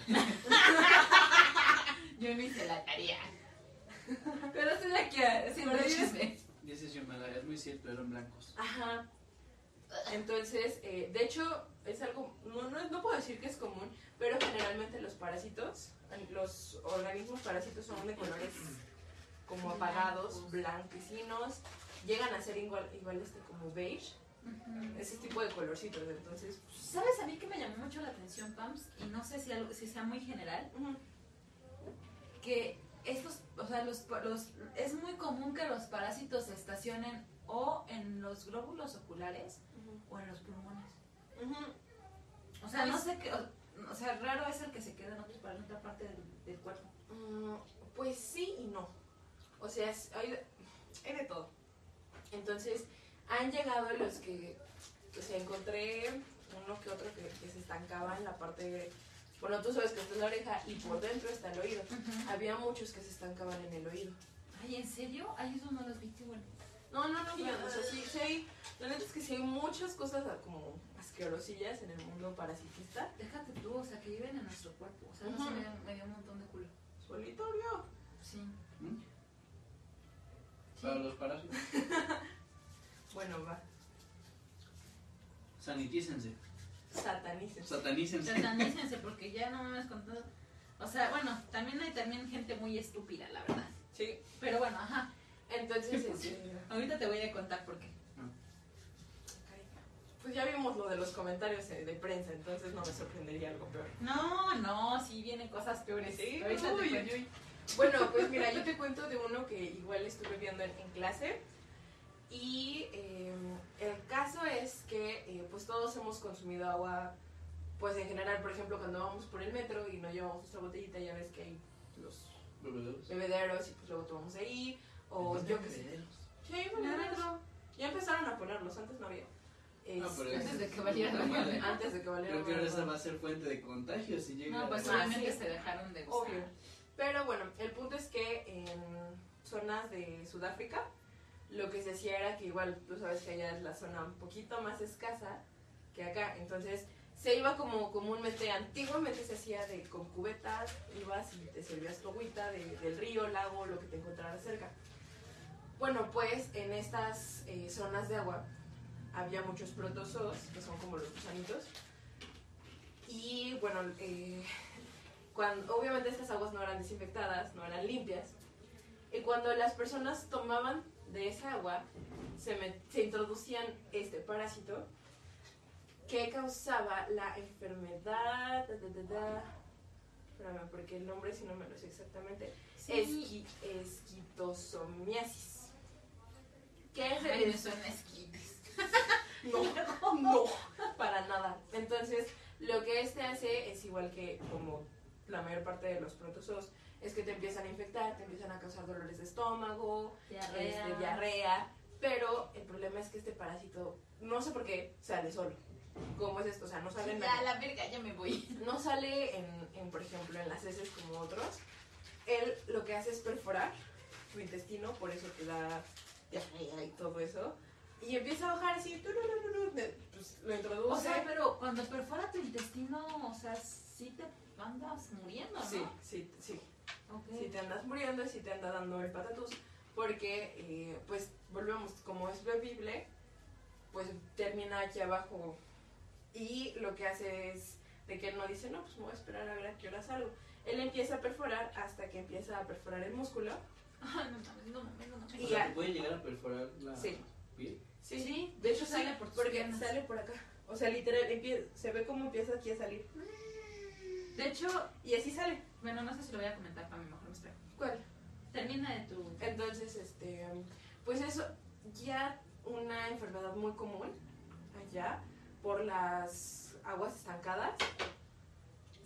Yo no hice la tarea. Pero estoy aquí haciendo Pero chisme. Dice Xiomara, es muy cierto, eran blancos. Ajá. Entonces, eh, de hecho, es algo, no, no, no puedo decir que es común, pero generalmente los parásitos, los organismos parásitos son de colores como apagados, blanquecinos, llegan a ser igual, igual este como beige, Ujú. ese tipo de colorcitos, entonces, ¿Sabes a mí que me llamó mucho la atención, Pams? Y no sé si, algo, si sea muy general. ujú, Que estos, o sea, los, los, es muy común que los parásitos se estacionen o en los glóbulos oculares ujú, o en los pulmones. ujú. O sea, no sé qué, o, o sea, raro es el que se queda en, otros, en otra parte del, del cuerpo. Mm, pues sí y no. O sea, es- hay, de- hay de todo. Entonces, han llegado los que, o sea, encontré uno que otro que, que se estancaba en la parte de, bueno, tú sabes que esta es la oreja y por dentro está el oído. Había muchos que se estancaban en el oído. Ay, ¿en serio? Ay, eso no los vi, qué bueno. No, no, no, bueno, o sea, sí, sí hay, la neta es que sí hay muchas cosas ah, como asquerosillas en el mundo parasitista. Déjate tú, o sea, que viven en nuestro cuerpo. O sea, no Ujú. sé, me dio, me dio un montón de culo. Solitario. Sí. ¿Mm? Sí. Para los parásitos, Bueno, va, sanitícense, satanícense. satanícense. Satanícense porque ya no me has contado. O sea, bueno, también hay también gente muy estúpida, la verdad. Sí, Pero bueno, ajá. entonces, este, Ahorita te voy a contar por qué. pues ya vimos lo de los comentarios eh, de prensa, entonces no me sorprendería algo peor. No, no, sí vienen cosas peores. Sí, Ahorita uy, te cuento. uy, uy. Bueno, pues mira, yo te cuento de uno que igual estuve viendo en, en clase. Y eh, el caso es que eh, pues todos hemos consumido agua, pues en general, por ejemplo, cuando vamos por el metro y no llevamos nuestra botellita, ya ves que hay los Bebederos. bebederos y pues luego tomamos ahí. O yo qué sé. Bebederos. Sí, hay bebederos. Ya empezaron a ponerlos, antes no había. Ah, pero Este, Antes de que valiera la madre. pena. antes de que valiera Creo que ahora la esa pena. va a ser fuente de contagio si llega. No, pues Ah, obviamente sí. se dejaron de usar. Obvio. Pero bueno, el punto es que en zonas de Sudáfrica, lo que se hacía era que igual, tú sabes que allá es la zona un poquito más escasa que acá, entonces se iba como comúnmente, antiguamente se hacía de con cubetas, ibas y te servías tu agüita de- del río, lago, lo que te encontraras cerca. Bueno, pues en estas eh, zonas de agua había muchos protozoos, que son como los gusanitos, y bueno, eh, cuando, obviamente estas aguas no eran desinfectadas, no eran limpias, y cuando las personas tomaban de esa agua, se, met- se introducían este parásito que causaba la enfermedad, da, da, da, da. Espérame, porque el nombre si no me lo sé exactamente, Sí. esqui, esquitosomiasis. ¿Qué es Ay, el- me suena esquites. No, no, para nada. Entonces, lo que este hace es igual que como la mayor parte de los protozoos, es que te empiezan a infectar, te empiezan a causar dolores de estómago, Diarrea. este, diarrea, pero el problema es que este parásito, no sé por qué, sale solo. ¿Cómo es esto? O sea, no sale en Ya, la verga, ya me voy. no sale en, en, por ejemplo, en las heces como otros. Él lo que hace es perforar tu intestino, por eso te da diarrea y todo eso. Y empieza a bajar así, tururururu, de- pues lo introduce. O sea, pero cuando perfora tu intestino, o sea, sí te andas muriendo, ¿no? sí, sí, sí. Ok. Si te andas muriendo, si te anda dando el patatús, porque, eh, pues, volvemos, como es bebible, pues termina aquí abajo. Y lo que hace es de que él no dice, no, pues me voy a esperar a ver a qué hora salgo. Él empieza a perforar hasta que empieza a perforar el músculo. Ay, no mames, no mames, no mames. O Y sea, ya. ¿te puede llegar a perforar la Sí. piel? Sí, Sí, de hecho sale sale por tus porque piernas. sale por acá. O sea, literal, empie- se ve cómo empieza aquí a salir. De hecho, Y así sale. bueno, no sé si lo voy a comentar, para mí mejor me espero. ¿Cuál? Termina de tu... Entonces, este, pues eso, ya una enfermedad muy común allá por las aguas estancadas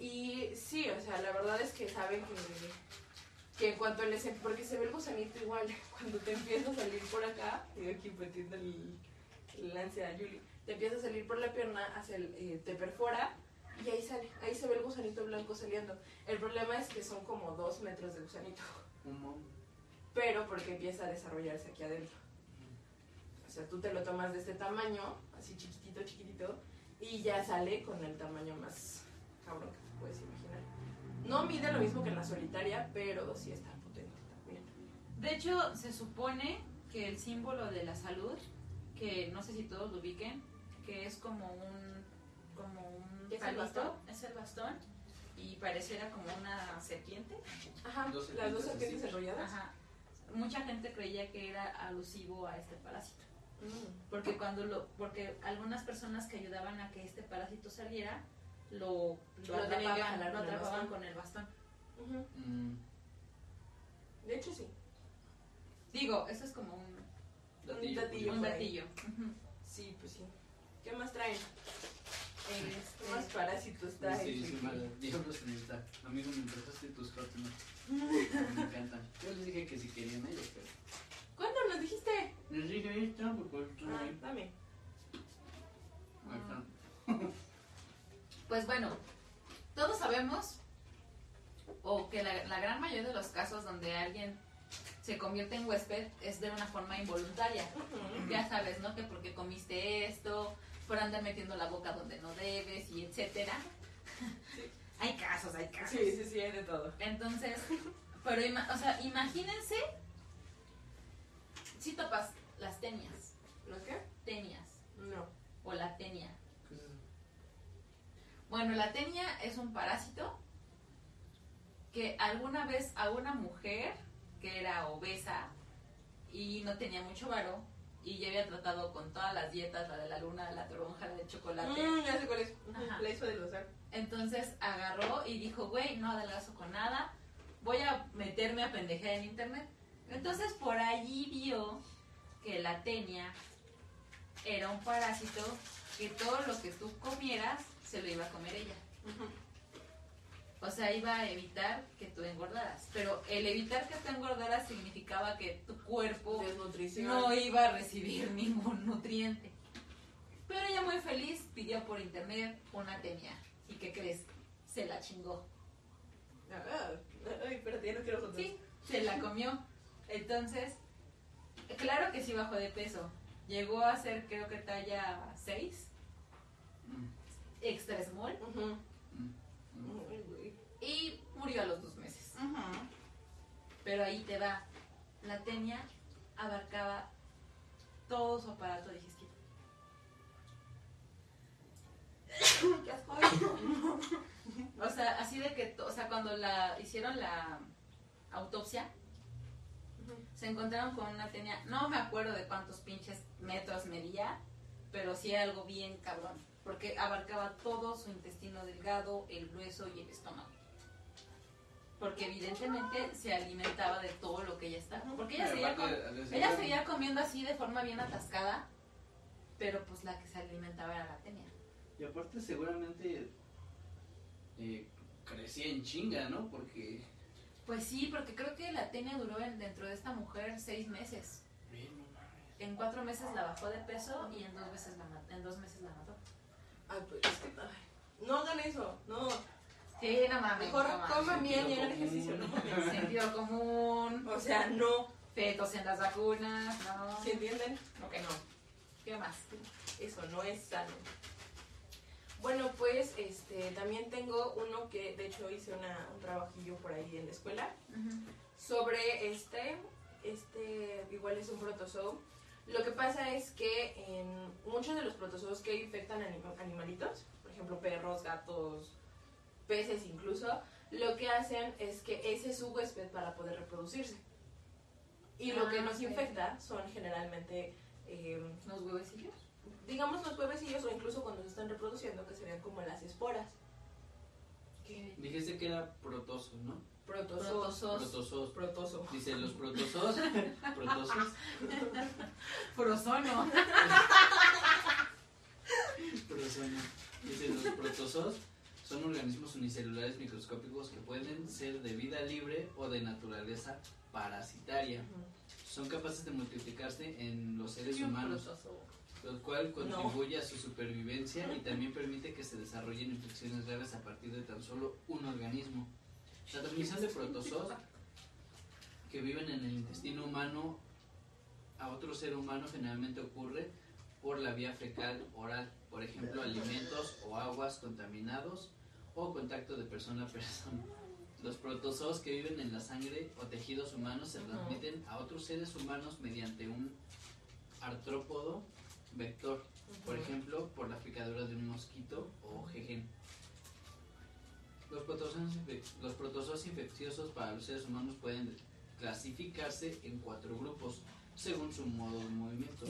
Y sí, o sea, la verdad es que saben que, que en cuanto les... Porque se ve el gusanito igual, cuando te empieza a salir por acá, y aquí metiendo el, el lance a Julie, te empieza a salir por la pierna, hacia el, eh, te perfora, y ahí sale, ahí se ve el gusanito blanco saliendo. El problema es que son como dos metros de gusanito. ¿Cómo? Pero porque empieza a desarrollarse aquí adentro. O sea, tú te lo tomas de este tamaño, así chiquitito, chiquitito, y ya sale con el tamaño más cabrón que te puedes imaginar. No mide lo mismo que en la solitaria, pero sí está potente también. De hecho, se supone que el símbolo de la salud, que no sé si todos lo ubiquen, que es como un como un ¿Es el palito, bastón? es el bastón, y pareciera como una serpiente. Ajá, Dos las dos serpientes serpientes así. enrolladas. Ajá. Mucha gente creía que era alusivo a este parásito. Mm. Porque cuando lo, porque algunas personas que ayudaban a que este parásito saliera, lo, lo, Lo tenían que atrapaban, jalar lo con el atrapaban bastón. con el bastón. Ujú. Mm, De hecho, sí. Digo, eso es como un, datillo, datillo. un curioso. datillo. Ujú. Sí, pues sí. ¿Qué más traen? Este, ¿Qué más parásitos traen? Sí, sí, mal. Diablos en esta. Amigo, me prestaste tus hot nuts. Me encantan. Yo les dije que si querían ellos, pero. ¿Cuándo nos dijiste? Les dije esta, pues. Ah, dame. Ajá. Pues bueno, todos sabemos, o que la, la gran mayoría de los casos donde alguien se convierte en huésped es de una forma involuntaria. Ujú. Ya sabes, ¿no? Que porque comiste esto, por andar metiendo la boca donde no debes y etcétera. Sí. Hay casos, hay casos. Sí, sí, sí, hay de todo. Entonces, pero ima- o sea, imagínense si topas las tenias, ¿Lo qué? tenias No. o la tenia. ¿Qué es eso? Bueno, la tenia es un parásito que alguna vez a una mujer que era obesa y no tenía mucho varo y ya había tratado con todas las dietas, la de la luna, la toronja, la de chocolate. Mm, ya sé cuál es. Ujú. Ajá. La hizo de losar. Entonces agarró y dijo, güey, no adelgazo con nada, voy a meterme a pendejear en internet. Entonces por allí vio que la tenia era un parásito que todo lo que tú comieras se lo iba a comer ella. Ujú. O sea, iba a evitar que tú engordaras. Pero el evitar que tú engordaras significaba que tu cuerpo Desnutrición. no iba a recibir ningún nutriente. Pero ella muy feliz pidió por internet una tenia. ¿Y qué crees? Se la chingó. Ah, ay, espérate, ya no quiero contar. Sí, se la comió. Entonces, claro que sí bajó de peso. Llegó a ser creo que talla seis, Mm, extra small, Ujú. mm, mm. Ay, güey. y murió a los dos meses. Ujú. Pero ahí te va. La tenia abarcaba todo su aparato digestivo. ¡Qué asco! O sea, así de que, to- o sea, cuando la hicieron la autopsia, Ujú. se encontraron con una tenia, no me acuerdo de cuántos pinches metros medía, pero sí era algo bien cabrón, porque abarcaba todo su intestino delgado, el grueso y el estómago. Porque evidentemente se alimentaba de todo lo que ella estaba. Porque ella Pero seguía, aparte, com- al día ella siguiente- seguía comiendo así de forma bien atascada, pero pues la que se alimentaba era la tenia. Y aparte, seguramente eh, crecía en chinga, ¿no? Porque. Pues sí, porque creo que la tenia duró en- dentro de esta mujer seis meses. eh, no mames. En cuatro meses la bajó de peso y en dos meses la, ma- en dos meses la mató. Ay, pues es que. Ay, no hagan eso, no. Sí, no mames. Mejor no mames. coman bien y Sentido hagan ejercicio, no mames. Sentido común, O sea, no. fetos en las vacunas, ¿no? ¿Se entienden? Ok, no. ¿Qué más? Eso no es sano. Bueno, pues este también tengo uno que de hecho hice una, un trabajillo por ahí en la escuela sobre este, este igual es un protozoo. Lo que pasa es que en muchos de los protozoos que infectan anima- animalitos, por ejemplo perros, gatos, peces incluso, lo que hacen es que ese es su huésped para poder reproducirse. Y lo Ah, que nos ok. infecta son generalmente... em, ¿Los huevecillos? digamos los huevecillos o incluso cuando se están reproduciendo, que serían como las esporas. ¿Qué? Dijiste que era protozo, ¿no? Protozoos. Protozoos. Protozoos. Protozo. Dice los protozoos. Protozoos. Frozono. Protozoos. Dice los protozoos Son organismos unicelulares microscópicos que pueden ser de vida libre o de naturaleza parasitaria. Son capaces de multiplicarse en los seres humanos, lo cual contribuye no. a su supervivencia y también permite que se desarrollen infecciones graves a partir de tan solo un organismo. La transmisión de protozoos que viven en el intestino humano a otro ser humano generalmente ocurre por la vía fecal oral, por ejemplo, alimentos o aguas contaminados o contacto de persona a persona. Los protozoos que viven en la sangre o tejidos humanos se transmiten a otros seres humanos mediante un artrópodo vector, por ejemplo, por la picadura de un mosquito o jejen. Los protozoos, los protozoos infecciosos para los seres humanos pueden clasificarse en cuatro grupos según su modo de movimiento.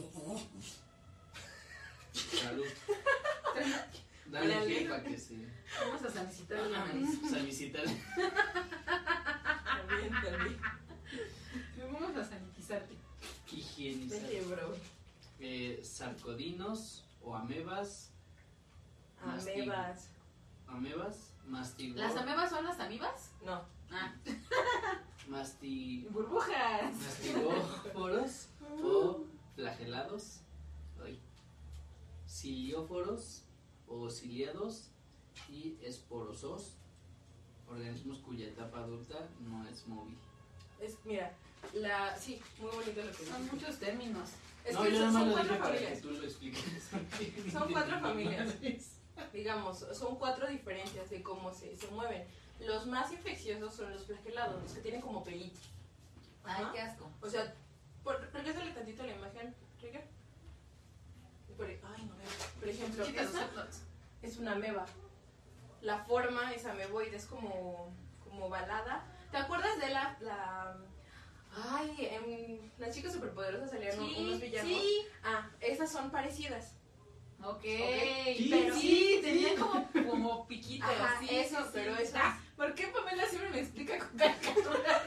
Salud. Dale aquí para que se... Vamos a sanicitar la nariz. Sanicitar. También, también. Vamos a sanitizarte. Higienizar. Vete, bro. Eh, sarcodinos o amebas. Amebas. Amebas. Mastigor. ¿Las amebas son las amibas? No. Ah. Masti... Burbujas. Mastigóforos o flagelados. Ay. Cilióforos o ciliados y esporosos, organismos cuya etapa adulta no es móvil. Es, mira, la, sí, muy bonito lo que Son dices. muchos términos. Es no, que yo son, nada más son lo cuatro dije para familias. que tú lo expliques. Son cuatro familias. Digamos, son cuatro diferencias de cómo se, se mueven. Los más infecciosos son los flagelados, los que tienen como pelitos. Ay, Ajá. qué asco. O sea, por, regresale tantito la imagen, Ricker. Por, ay, no veo. Por ejemplo, Quita los esta hot es una ameba. La forma es ameboide, es como, como balada. ¿Te acuerdas de la... la ay, en las chicas superpoderosas salían Sí, unos villanos? sí. Ah, esas son parecidas. Ok, Okay. pero Sí, sí, sí. tenían como, como piquitos. Ajá, sí, eso, sí, sí. pero eso Ah, ¿por qué Pamela siempre me explica con caricaturas?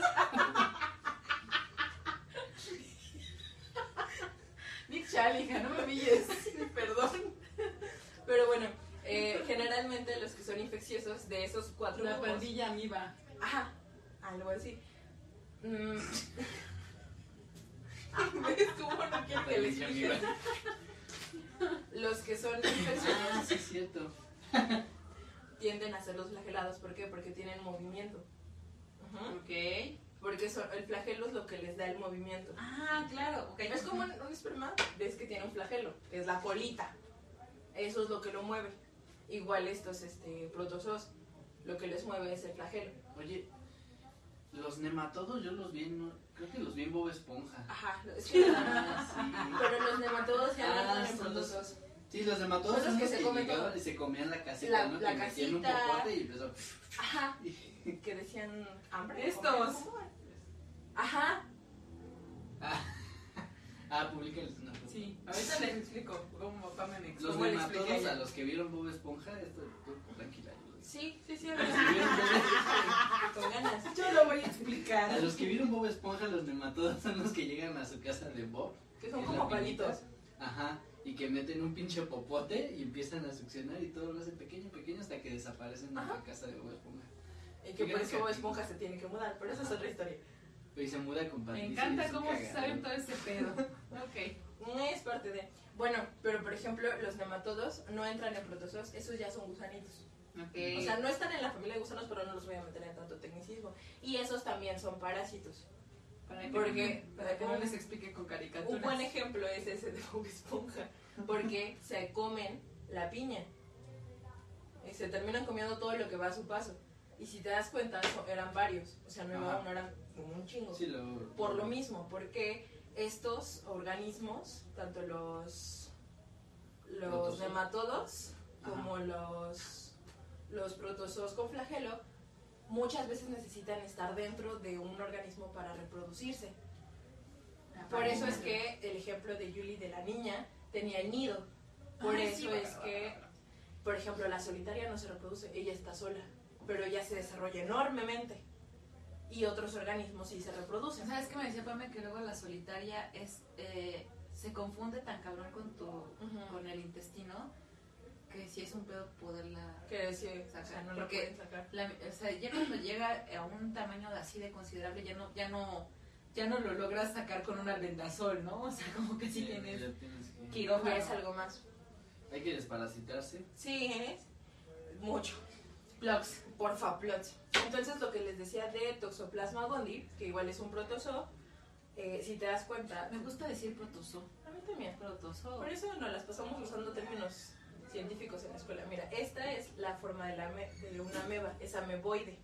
Nick Chalija, no me pilles. Perdón. Pero bueno, eh, generalmente los que son infecciosos de esos cuatro La grupos- pandilla amiba. Ajá, algo así. Mm. ¿Ves cómo no quiero que les explique? Los que son Ah, infecciosos sí, es cierto. tienden a ser los flagelados. ¿Por qué? Porque tienen movimiento. Ujú. Ok. Porque son, el flagelo es lo que les da el movimiento. Ah, claro. Okay. Es como un, un esperma, ves que tiene un flagelo, que es la colita. Eso es lo que lo mueve. Igual estos este, protozoos, lo que les mueve es el flagelo. Oye, los nematodos yo los vi en... Creo que los vi en Bob Esponja. Ajá, es que Ah, sí. pero los nematodos ya no Ah, entran en son los- protozoos. Sí, los nematodos Son los son que los se que comen llegaban todo. y se comían la casita, La- ¿no? la que metían un casita. popote y empezó... Ajá, que decían hambre. Estos. ¿cómo? Ajá, Ah, ah publican una foto. Sí, ahorita les explico cómo papá me explicó. Los cómo le expliqué nematodos, ella. a los que vieron Bob Esponja, esto, tú, tranquila. yo lo digo. sí, sí, sí. A los que vieron Bob- Con ganas. Yo lo voy a explicar. a los que vieron Bob Esponja, los nematodos son los que llegan a su casa de Bob. Que son en como la piñita. palitos. Ajá, y que meten un pinche popote y empiezan a succionar y todo lo hacen pequeño, pequeño hasta que desaparecen en Ajá. la casa de Bob Esponja. Y que por Fíjate eso que Bob aquí- Esponja se tiene que mudar, pero esa es otra historia. Y se muda con Me Patricia. encanta y es un cómo cagadero. saben todo ese pedo. Ok. No es parte de... Bueno, pero por ejemplo, los nematodos no entran en protozoos, esos ya son gusanitos. Ok. O sea, no están en la familia de gusanos, pero no los voy a meter en tanto tecnicismo. Y esos también son parásitos. para que, porque- no, para que no les explique con caricaturas. Un buen ejemplo es ese de Bob Esponja, porque se comen la piña. Y se terminan comiendo todo lo que va a su paso. Y si te das cuenta, so- eran varios. O sea, no Ajá. era uno, eran como un chingo. Sí, lo, Por lo mismo, porque estos organismos, tanto los, los Protozoos. nematodos Ajá. como los, los protozoos con flagelo, muchas veces necesitan estar dentro de un organismo para reproducirse. Por eso es que el ejemplo de Yuli de la niña tenía el nido. Por Ay, eso sí, es que, por ejemplo, la solitaria no se reproduce, ella está sola, pero ella se desarrolla enormemente. Y otros organismos sí se reproducen. ¿Sabes qué me decía Pame? Que luego la solitaria es eh, se confunde tan cabrón con tu Ujú. con el intestino que si es un pedo poderla Que sí, sacar, o sea, no lo porque pueden sacar. la, o sea, ya cuando llega a un tamaño así de considerable ya no ya no ya no lo logras sacar con un albendazol, ¿no? O sea, como que sí, Ya- tienes ya tienes que- quirófano. Ya es algo más. Hay que desparasitarse. Sí, ¿eh? Mucho. Plugs. Porfa, plots. Entonces, lo que les decía de Toxoplasma gondii, que igual es un protozoo, eh, si te das cuenta. Me gusta decir protozoo. A mí también. Protozoo. Por eso nos las pasamos usando términos científicos en la escuela. Mira, esta es la forma de, la me- de una ameba, es ameboide.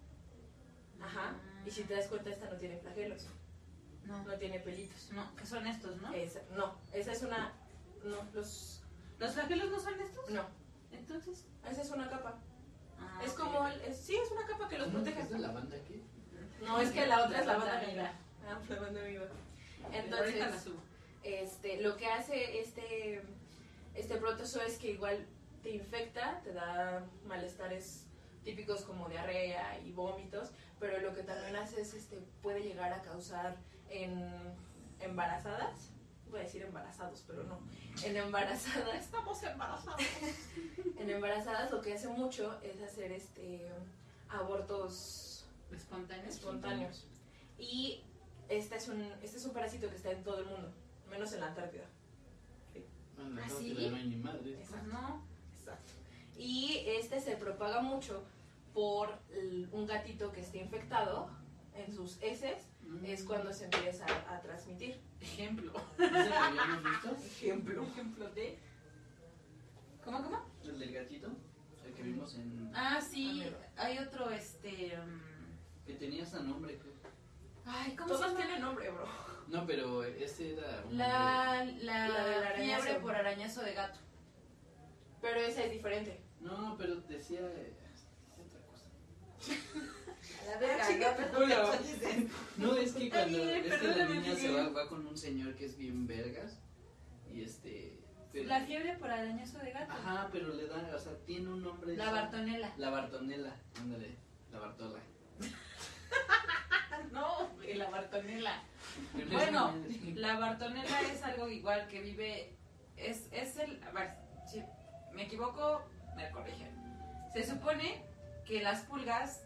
Ajá. Y si te das cuenta, esta no tiene flagelos, No, no tiene pelitos. no, que son estos, ¿no? Esa, no, esa es una. No, los. ¿Los flagelos no son estos? No, Entonces. esa es una capa. Ah, es ok, como. ok. el- es- sí, es una capa que los ¿Cómo protege. es de la banda aquí? No, es que la otra es la banda banda amiga. amiga. Ah, la banda amiga. Ahorita la Entonces, subo. este, lo que hace este, este protozoo es que igual te infecta, te da malestares típicos como diarrea y vómitos, pero lo que también hace es, este, puede llegar a causar en embarazadas, voy a decir embarazados, pero no, en embarazadas, Estamos embarazados. en embarazadas lo que hace mucho es hacer este abortos Espontáneos. espontáneos. Y este es un este es un parásito que está en todo el mundo, menos en la Antártida. Bueno, ¿Ah, no, sí? que no hay ni madre. Pues no. Exacto. Y este se propaga mucho por el- un gatito que esté infectado en sus heces, Mm. es cuando se empieza a, a transmitir. Ejemplo. ¿Ese que habíamos visto? Ejemplo. Ejemplo de. ¿Cómo, cómo? El del gatito. El que vimos en. Ah, sí. Amigo. Hay otro, este. um, Que tenía ese nombre, creo. Ay, ¿cómo se Todos llama? tienen nombre, bro. No, pero ese era. un La, la, La del arañazo. fiebre por arañazo de gato. Pero ese es diferente. nombre. No, pero decía. eh, decía otra cosa. A la verga, chica, no, perdón. No, es que cuando Ay, es que la perdóname, niña se Miguel. va, va con un señor que es bien vergas. Y este. pero- La fiebre por arañazo de gato. Ajá, pero le da, o sea, tiene un nombre. La esa- Bartonella. La Bartonella, ándale, la Bartola. No, güey, la Bartonella. Pero Bueno, es- la Bartonella es algo igual que vive. Es, es el. A ver, si me equivoco, me corrigen. Se supone que las pulgas,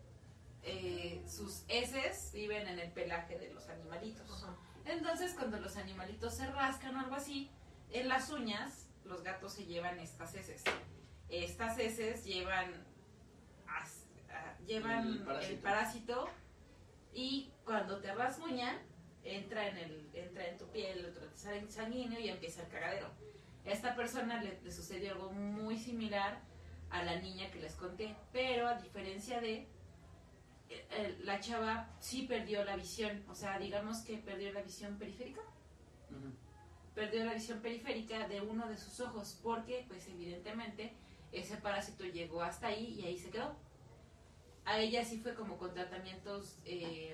eh, sus heces viven en el pelaje de los animalitos. Entonces, cuando los animalitos se rascan o algo así, en las uñas, los gatos se llevan estas heces. Estas heces llevan, as- a- llevan El el parásito. parásito. Y cuando te rasguñan, entra en, el, entra en tu piel el torrente sanguíneo y empieza el cagadero. A esta persona le, le sucedió algo muy similar a la niña que les conté, pero a diferencia de eh, eh, la chava sí perdió la visión, o sea, digamos que perdió la visión periférica, Ujú. perdió la visión periférica de uno de sus ojos, porque pues evidentemente ese parásito llegó hasta ahí y ahí se quedó. A ella sí fue como con tratamientos, eh,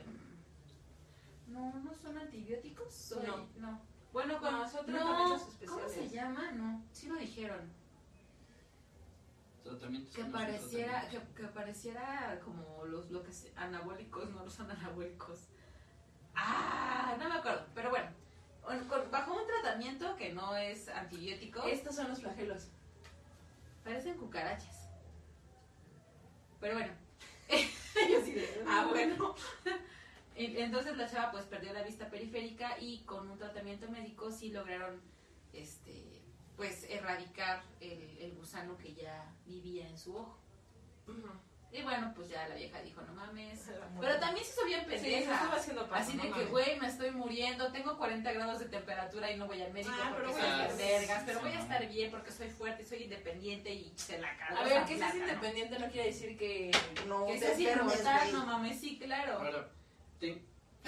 no, no son antibióticos, No. no. Bueno, con, No, son no, tratamientos ¿cómo se especiales. llama? No, sí lo dijeron. Tratamientos Que no son pareciera, que, tratamientos. que pareciera como los lo que se- anabólicos, no los son anabólicos. Ah, no me acuerdo, pero bueno, con- con- bajo un tratamiento que no es antibiótico, Estos son los flagelos. parecen cucarachas. Pero bueno, yo sí de, ah, bueno. Y entonces la chava pues perdió la vista periférica y con un tratamiento médico sí lograron este pues erradicar el, el gusano que ya vivía en su ojo. Y bueno, pues ya la vieja dijo, no mames. Pero también se hizo bien Sí, se pendeja. estaba haciendo paso, Así no de que, mames. güey, me estoy muriendo, tengo cuarenta grados de temperatura y no voy al médico Ah, porque pero soy voy a- bien vergas, pero sí, voy a no. estar bien porque soy fuerte, soy independiente y se la cago. A ver, que seas independiente no quiere decir que no Que te seas enfermes, inmortal, güey. no mames, sí, claro. Ahora, te-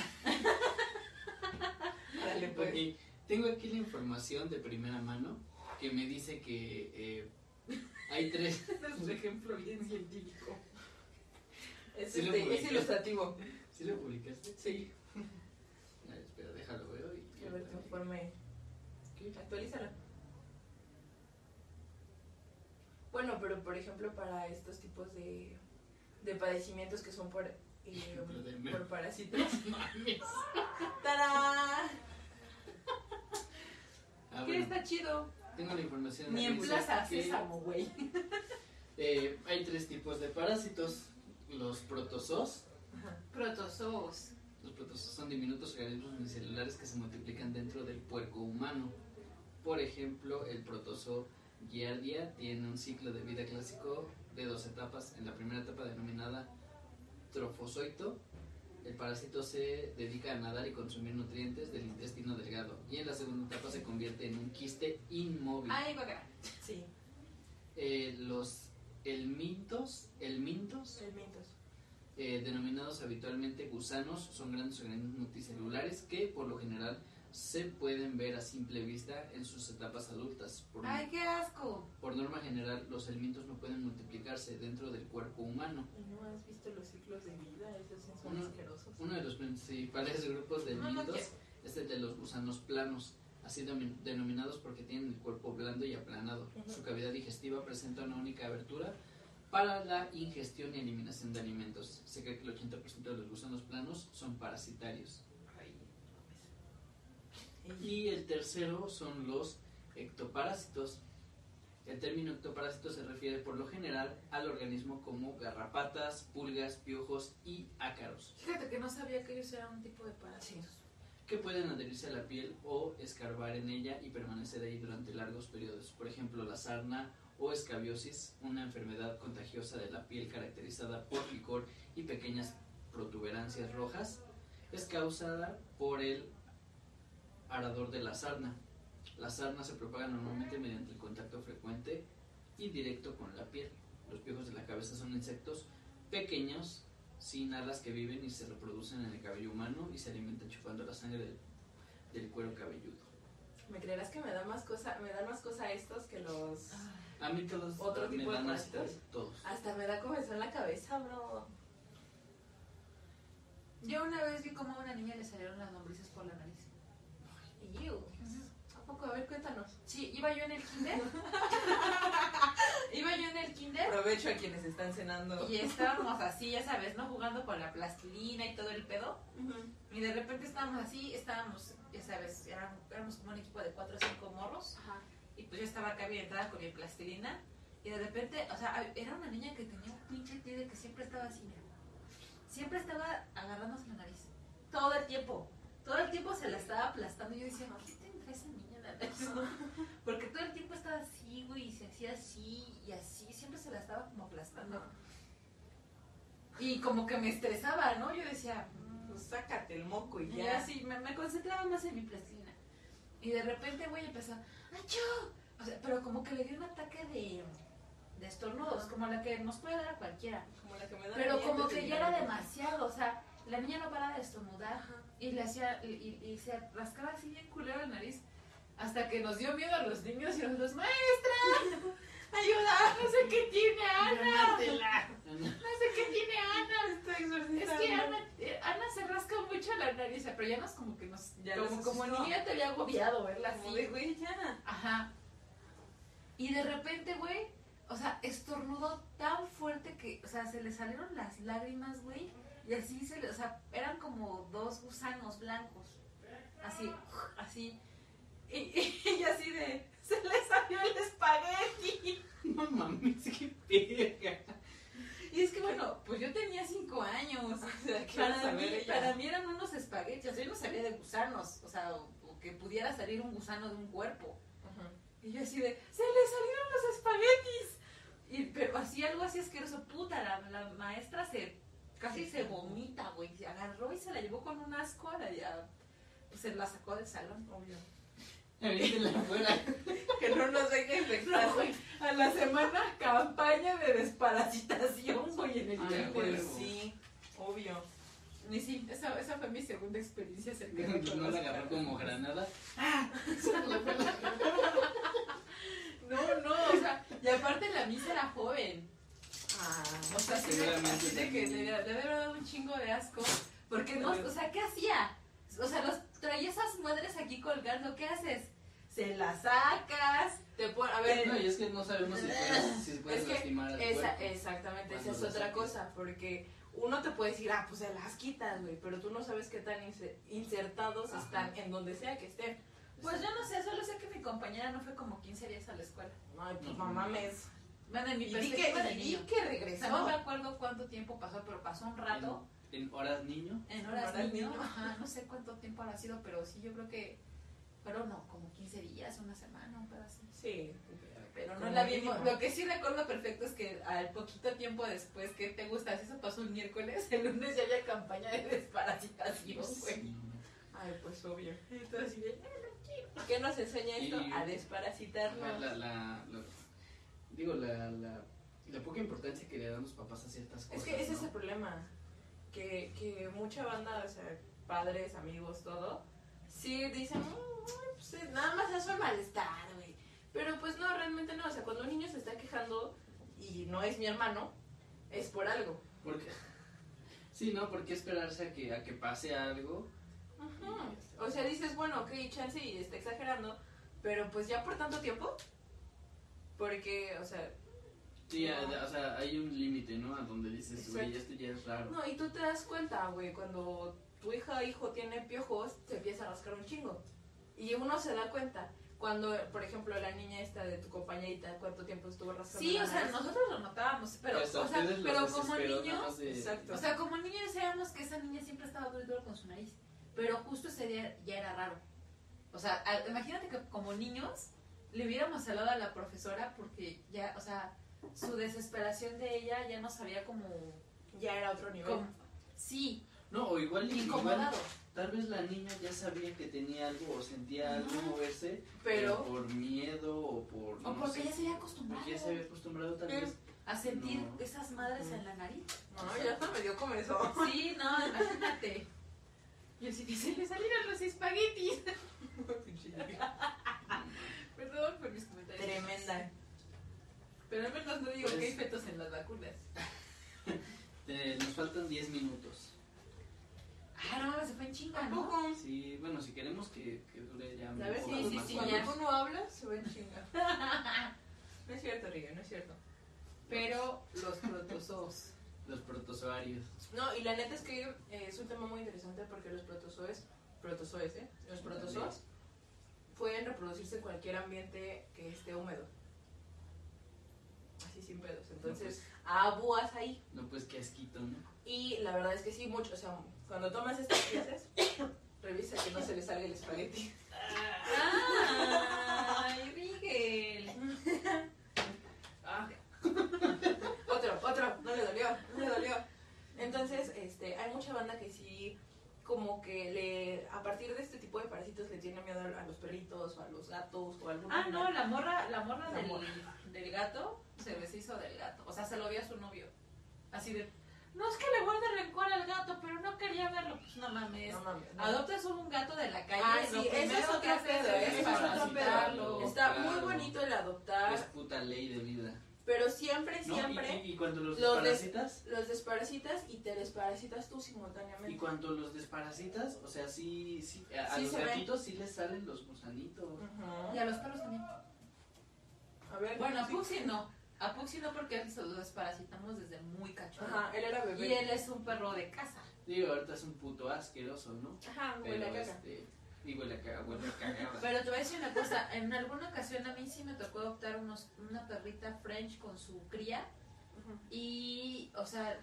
Dale, pues. ok, tengo aquí la información de primera mano que me dice que eh, hay tres. Es un ejemplo bien científico. Es, Sí lo este, es publiqué. ilustrativo. ¿Sí lo publicaste? Sí. A ver, espera, déjalo, veo y... A ver, tu informe. ¿Qué? Actualízalo. Bueno, pero por ejemplo, para estos tipos de, de padecimientos que son por, eh, Ejemplo de- por parásitos. Mames. ¡Tarán! Ah, ¿Qué bueno. está chido? tengo la información. Ni en dice Plaza que, Sésamo, güey. eh, hay tres tipos de parásitos. Los protozoos. Ajá. Protozoos. Los protozoos son diminutos organismos unicelulares que se multiplican dentro del puerco humano. Por ejemplo, el protozoo Giardia tiene un ciclo de vida clásico de dos etapas. En la primera etapa, denominada trofozoito, el parásito se dedica a nadar y consumir nutrientes del intestino delgado, y en la segunda etapa se convierte en un quiste inmóvil. Ay, vaga. Sí, Eh, los helmintos, helmintos el Mintos. eh, denominados habitualmente gusanos, son grandes organismos multicelulares que por lo general se pueden ver a simple vista en sus etapas adultas. Por, Ay, qué asco. por norma general, los helmintos no pueden multiplicarse dentro del cuerpo humano. ¿Y no has visto los ciclos de vida? Esos sí son Uno- asquerosos. Uno de los principales grupos de No, no helmintos quiero. es el de los gusanos planos, así domi- denominados porque tienen el cuerpo blando y aplanado. Ujú. Su cavidad digestiva presenta una única abertura para la ingestión y eliminación de alimentos. Se cree que el ochenta por ciento de los gusanos planos son parasitarios. Ay, Y el tercero son los ectoparásitos. El término ectoparásito se refiere por lo general al organismo como garrapatas, pulgas, piojos y ácaros, Fíjate que no sabía que ellos eran un tipo de parásitos. que pueden adherirse a la piel o escarbar en ella y permanecer ahí durante largos periodos. Por ejemplo, la sarna o escabiosis, una enfermedad contagiosa de la piel caracterizada por picor y pequeñas protuberancias rojas, es causada por el arador de la sarna. La sarna se propaga normalmente mediante el contacto frecuente y directo con la piel. Los piojos de la cabeza son insectos pequeños sin alas que viven y se reproducen en el cabello humano y se alimentan chupando la sangre del, del cuero cabelludo. ¿Me creerás que me da más cosa, me dan más cosa estos que los... A mí todos ¿Otro me tipo de dan asco, parásitos? todos. Hasta me da comezón en la cabeza, bro. Yo una vez vi como a una niña le salieron las lombrices por la nariz. Ew. ¿A poco? A ver, cuéntanos. Sí, iba yo en el kinder. iba yo en el kinder. Aprovecho a quienes están cenando. Y estábamos así, ya sabes, ¿no? Jugando con la plastilina y todo el pedo. Y de repente estábamos así, estábamos, ya sabes, éramos, éramos como un equipo de cuatro o cinco morros. Ajá. Y pues yo estaba acá bien entrada con mi plastilina. Y de repente, o sea, era una niña que tenía un pinche pie de que siempre estaba así, mira. Siempre estaba agarrándose la nariz. Todo el tiempo. Todo el tiempo se la estaba aplastando. Y yo decía, ¿qué tendrá esa niña en la nariz? Porque todo el tiempo estaba así, güey, y se hacía así y así. Siempre se la estaba como aplastando. Y como que me estresaba, ¿no? Yo decía, mm, Pues sácate el moco y y ya. ya así, me, me concentraba más en mi plastilina. Y de repente, güey, empezó, ¡achó! O sea, pero como que le dio un ataque de, de estornudos, Ajá. como la que nos puede dar a cualquiera. Como la que me da Pero a mí como antes de que ya llegar era a casa. demasiado, o sea, la niña no paraba de estornudar Ajá. y le hacía, y, y- y se rascaba así bien culero la nariz. Hasta que nos dio miedo a los niños y nosotros, ¡maestra! ¡Ayuda! No sé qué tiene Ana. No sé qué tiene Ana. Está Es exorcizando. que Ana, eh, Ana se rasca mucho la nariz, pero ya nos como que nos... Ya como, nos como asustó. niña te había agobiado verla Como así. de, güey, ya. Ajá. Y de repente, güey, o sea, estornudó tan fuerte que, o sea, se le salieron las lágrimas, güey. Y así se le, o sea, eran como dos gusanos blancos. Así, así. Y, y, y así de, se le salió el espagueti. No mames, qué verga. Y es que bueno, pues yo tenía cinco años. O sea, ¿qué vas Para a mí, ver ella? para mí eran unos espaguetis. O sea, yo no sabía de gusanos. O sea, o, o que pudiera salir un gusano de un cuerpo. Ajá. Y yo así de, se le salieron los espaguetis. Y, pero así algo así asqueroso. Puta, la, la maestra se casi se vomita, güey. Se agarró y se la llevó con un asco a la ya. Pues se la sacó del salón. Obvio. Aviéntenla afuera. Que no nos venga infectar. No, güey, a la semana campaña de desparasitación, güey, en el Ay, kinder. güey. Pues sí, obvio. Y sí, esa, esa fue mi segunda experiencia cercana con No los la agarró perros. como granada. No, no, o sea, y aparte la misa era joven. Ah, O sea, sí, me, Seguramente así de que también. le, le debe haber dado un chingo de asco. Porque no, o sea, ¿qué hacía? O sea, los traía esas madres aquí colgando, ¿qué haces? Se las sacas, te pon, a ver, No, y es que no sabemos si puedes, si puedes es que lastimar al esa, cuerpo. exactamente, esa Cuando es lo otra saques. cosa, porque uno te puede decir, ah, pues se las quitas, güey, pero tú no sabes qué tan inse- insertados Ajá. están en donde sea que estén. Pues yo no sé, solo sé que mi compañera no fue como quince días a la escuela. Ay, pues no mames. Bueno, en mi Y di que, perspectiva de y di niño. que O sea, regresó. no me acuerdo cuánto tiempo pasó, pero pasó un rato. En, en horas niño. En horas, horas niño, niño. ajá, no sé cuánto tiempo habrá sido, pero sí, yo creo que fueron no, como quince días, una semana, un pedazo. Sí. Pero no Como la vimos. mínimo. Lo que sí recuerdo perfecto es que al poquito tiempo después, ¿qué te gusta? Si eso pasó un miércoles, el lunes ya había campaña de desparasitación, güey. Sí. Ay, pues obvio. Entonces, así de, "Eh, no quiero". ¿Por qué nos enseña esto? Y- A desparasitarnos. La, la, la- digo, la, la, la poca importancia que le dan los papás a ciertas cosas. Es que ese ¿no? es el problema. Que, que mucha banda, o sea, padres, amigos, todo, sí dicen, "Mm, pues, eh, nada más eso es malestar, güey". Pero pues no, realmente no. O sea, cuando un niño se está quejando y no es mi hermano, es por algo. Porque, sí, ¿no? ¿Por qué esperarse a que, a que pase algo? Ujú. O sea, dices, bueno, ok, chance y está exagerando, pero pues ya por tanto tiempo, porque, o sea, Sí, a- No. o sea, hay un límite, ¿no? A donde dices, güey, Exacto. esto ya es raro. no, y tú te das cuenta, güey, cuando tu hija o hijo tiene piojos, se empieza a rascar un chingo. Y uno se da cuenta. Cuando, por ejemplo, la niña esta de tu compañerita, ¿cuánto tiempo estuvo rascando? Sí, la o sea, nariz? nosotros lo notábamos, pero, Pues a o sea, ustedes los pero como desesperó, niños, nada más de- Exacto. o sea, como niños sabíamos que esa niña siempre estaba muy duro con su nariz, pero justo ese día ya era raro. O sea, a- imagínate que como niños le hubiéramos hablado a la profesora porque ya, o sea, su desesperación de ella ya no sabía cómo, Ya era otro nivel. cómo- sí, No, o igual, igual, incomodado. tal vez la niña ya sabía que tenía algo o sentía algo Ujú. moverse, Pero, por miedo o por... O no porque sé, ya se había acostumbrado porque ya se había acostumbrado tal Pero- vez. a sentir No. esas madres en la nariz. no, ya hasta me dio como eso. Sí, no, imagínate. Y así que se le salieron los espaguetis. Perdón por mis comentarios. Tremenda. Pero al menos no digo Pues- que hay fetos en las vacunas. Eh, nos faltan diez minutos. Ah, no, se fue en chinga, ¿no? Tampoco. Sí, bueno, si queremos que, que dure ya un A ver, poco sí, sí, más sí. o Cuando menos. uno habla, se ve en chinga. No es cierto, Riga, no es cierto. Pero los protozoos. Los protozoarios. No, y la neta es que eh, es un tema muy interesante porque los protozoes, protozoes, ¿eh? Los protozoos pueden reproducirse en cualquier ambiente que esté húmedo. Así sin pedos. Entonces, aguas ahí. No, pues qué asquito, ¿no? Y la verdad es que sí, mucho. O sea, cuando tomas estas clases, revisa que no se le salga el espagueti. ¡Ay, Miguel! Ah. Otro, otro, no le dolió, no le dolió. Entonces, este, hay mucha banda que sí, como que le, a partir de este tipo de parásitos le tiene miedo a los perritos o a los gatos o a algún Ah, no, animal. la morra, la morra, La del, morra. del gato se deshizo del gato. O sea, se lo vio a su novio. Así de, no es que le guarde rencor al gato, pero no quería verlo. Pues no mames. No mames, no. Adoptas un gato de la calle. Ah, lo sí, ese es primero otro que haces pedo, ese es otro parasitarlo. pedo. Está Claro. muy bonito el adoptar, Es puta ley de vida. pero siempre, ¿No? siempre Y, y, y cuando los los des- desparasitas, los desparasitas y te desparasitas tú simultáneamente. y cuando los desparasitas, o sea, sí, sí a, a Sí los se ve. gatitos sí les salen los gusanitos. Ujú. Y a los perros también. A ver, Bueno, a sí. Puxi no. A Puxi no porque él se lo desparasitamos desde muy cachorro. Ajá, él era bebé. Y él es un perro de casa. Digo, ahorita es un puto asqueroso, ¿no? Ajá, huele Pero a caca. este, y huele a caga, huele a cagada. Pero te voy a decir una cosa, en alguna ocasión a mí sí me tocó adoptar unos, una perrita French con su cría Ujú. y, o sea,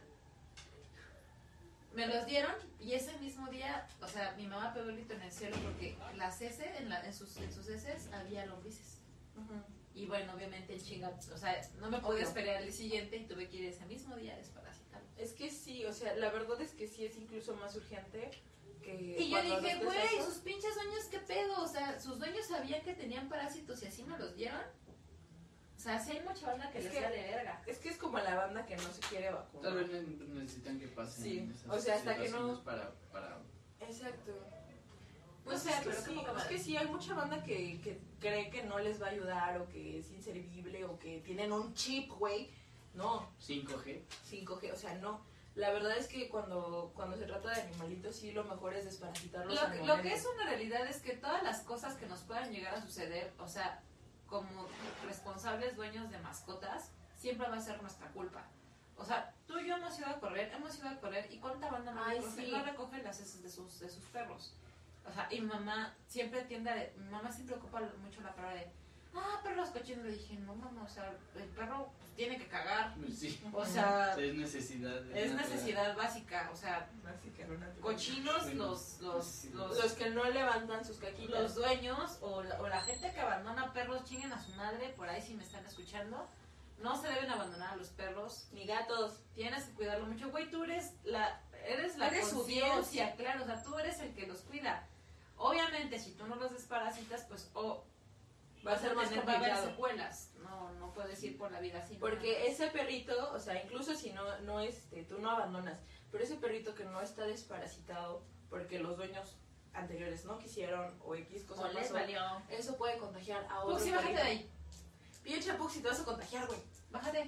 me los dieron y ese mismo día, o sea, mi mamá pegó el grito en el cielo porque las heces, en, la, en, sus, en sus heces había lombrices. Ujú. Y bueno, obviamente el chinga, o sea, no me pude Obvio. esperar el siguiente y tuve que ir ese mismo día a desparasitarlo. Es que sí, o sea, la verdad es que sí es incluso más urgente que. Y yo cuando dije, adoptes güey, eso. sus pinches dueños, ¿qué pedo? O sea, sus dueños sabían que tenían parásitos y así me los dieron. O sea, sí hay mucha banda que Es les que- vale verga. Es que es como la banda que no se quiere vacunar. Tal vez ne- necesitan que pasen Sí, esas o sea, hasta que no- situaciones para, para Exacto. Pues Pues sea, es que pero qué sí, poca es madre. que sí, hay mucha banda que, que cree que no les va a ayudar o que es inservible o que tienen un chip, güey. No, cinco G. cinco G, o sea, no. La verdad es que cuando, cuando se trata de animalitos, sí, lo mejor es desparasitarlos. Lo, al que- lo momento. que es una realidad es que todas las cosas que nos puedan llegar a suceder, o sea, como responsables dueños de mascotas, siempre va a ser nuestra culpa. O sea, tú y yo hemos ido a correr, hemos ido a correr y cuánta banda no, Ay, recoge, sí. no recoge las heces de sus, de sus perros. O sea, y mi mamá siempre tiende a... Mi mamá siempre ocupa mucho la palabra de... Ah, perros cochinos. Le dije, no, mamá, o sea, el perro pues, tiene que cagar. Sí. O sea, Es necesidad. es natural. necesidad básica. O sea, Así que no natural. cochinos Sí. los, los, Sí. los, Los que no levantan sus caquitas. los dueños o la, o la gente que abandona perros, chinguen a su madre, por ahí si me están escuchando. No se deben abandonar a los perros. Ni gatos. Tienes que cuidarlo mucho. Güey, tú eres la, eres la Eres su conciencia, claro. O sea, tú eres el que los cuida. Obviamente, si tú no los desparasitas, pues o Va a ser más tener, va a haber complicado. secuelas. No, no puedes ir por la vida así. Porque ese perrito, o sea, incluso si no, no este, tú no abandonas, pero ese perrito que no está desparasitado porque los dueños anteriores no quisieron o X cosa o les pasó, valió. eso puede contagiar a otro Puxi, bájate de perrito. ahí. Pinche Puxi, te vas a contagiar, güey. Bájate.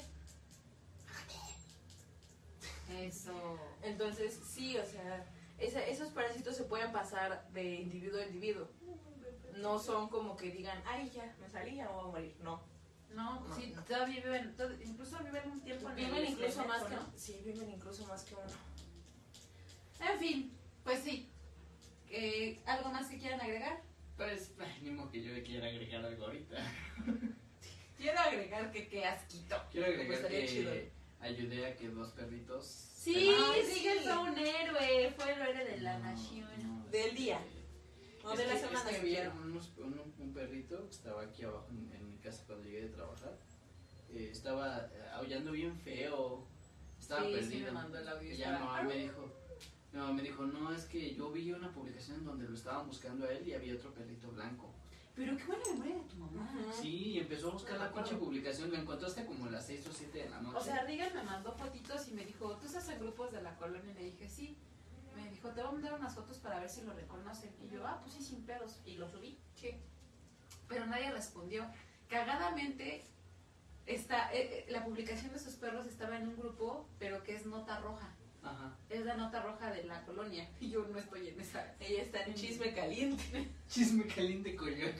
Eso. Entonces, sí, o sea, ese- esos parásitos se pueden pasar de individuo a individuo. No son como que digan, ay, ya, me salí, ya me voy a morir. No. No, No, sí, no. todavía viven, todo- incluso viven un tiempo en Viven el incluso excremento, más que ¿no? sí, viven incluso más que uno. En fin, pues sí. Eh, ¿Algo más que quieran agregar? Pues, ay, ni modo que yo le quiera agregar algo ahorita. Quiero agregar que qué asquito. Quiero Pues agregar estaría que chido. ayudé a que dos perritos. Sí, Ay, Miguel sí. fue un héroe, fue el héroe de la No, nación. no, Del día. este, O es de la que- semana, es que si había quiero. unos- un, un perrito que estaba aquí abajo en, en mi casa cuando llegué de trabajar. Eh, estaba eh, aullando bien feo. Estaba Sí, sí perdido. me mandó el audio, Y ya estaba- mi mamá me dijo, mi mamá me dijo, no, es que yo vi una publicación en donde lo estaban buscando a él y había otro perrito blanco. Pero qué buena memoria de tu mamá. Ujú. Sí, y empezó a buscar No me la pinche acuerdo. publicación, lo encontró hasta como a las seis o siete de la noche. O sea, Regan me mandó fotitos y me dijo, ¿tú estás en grupos de la colonia? Y le dije, sí. Me dijo, te voy a mandar unas fotos para ver si lo reconocen. Y yo, ah, pues sí, sin pedos. Y lo subí. Sí. Pero nadie respondió. Cagadamente, está, eh, eh, la publicación de sus perros estaba en un grupo, pero que es nota roja. Ajá. Es la nota roja de la colonia. Y yo no estoy en esa. Ella está en chisme caliente. Chisme caliente Coyoacán.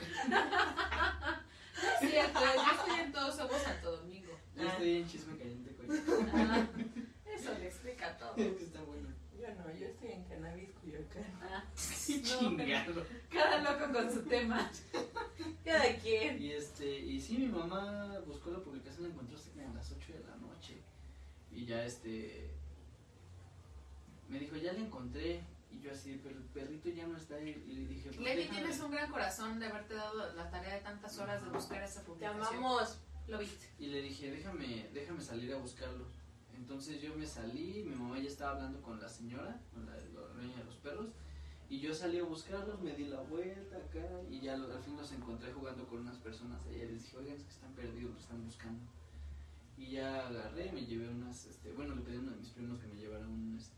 Es cierto, yo estoy en Todos Somos Santo Domingo. Yo estoy en Chisme caliente Coyoacán. Ah, eso le explica todo. Es que está bueno. Yo no, yo estoy en Cannabis Cuyoacán. Ah, Chingado. cada loco con su tema. Cada quien. Y este, y sí, mi mamá buscó la publicación, la encontró hasta como a las ocho de la noche. Y ya este me dijo, ya la encontré. Y yo así, pero el perrito ya no está. Y y le dije, pues, Levi, déjame. tienes un gran corazón de haberte dado la tarea de tantas horas de buscar esa Te publicación. amamos. Lo viste. Y le dije, déjame, déjame salir a buscarlo. Entonces yo me salí, mi mamá ya estaba hablando con la señora, con la, la dueña de los perros, y yo salí a buscarlos, me di la vuelta acá, y ya lo- al fin los encontré jugando con unas personas allá. Les dije, oigan, es que están perdidos, los están buscando. Y ya agarré, me llevé unas, este, bueno, le pedí a uno de mis primos que me llevara un, este,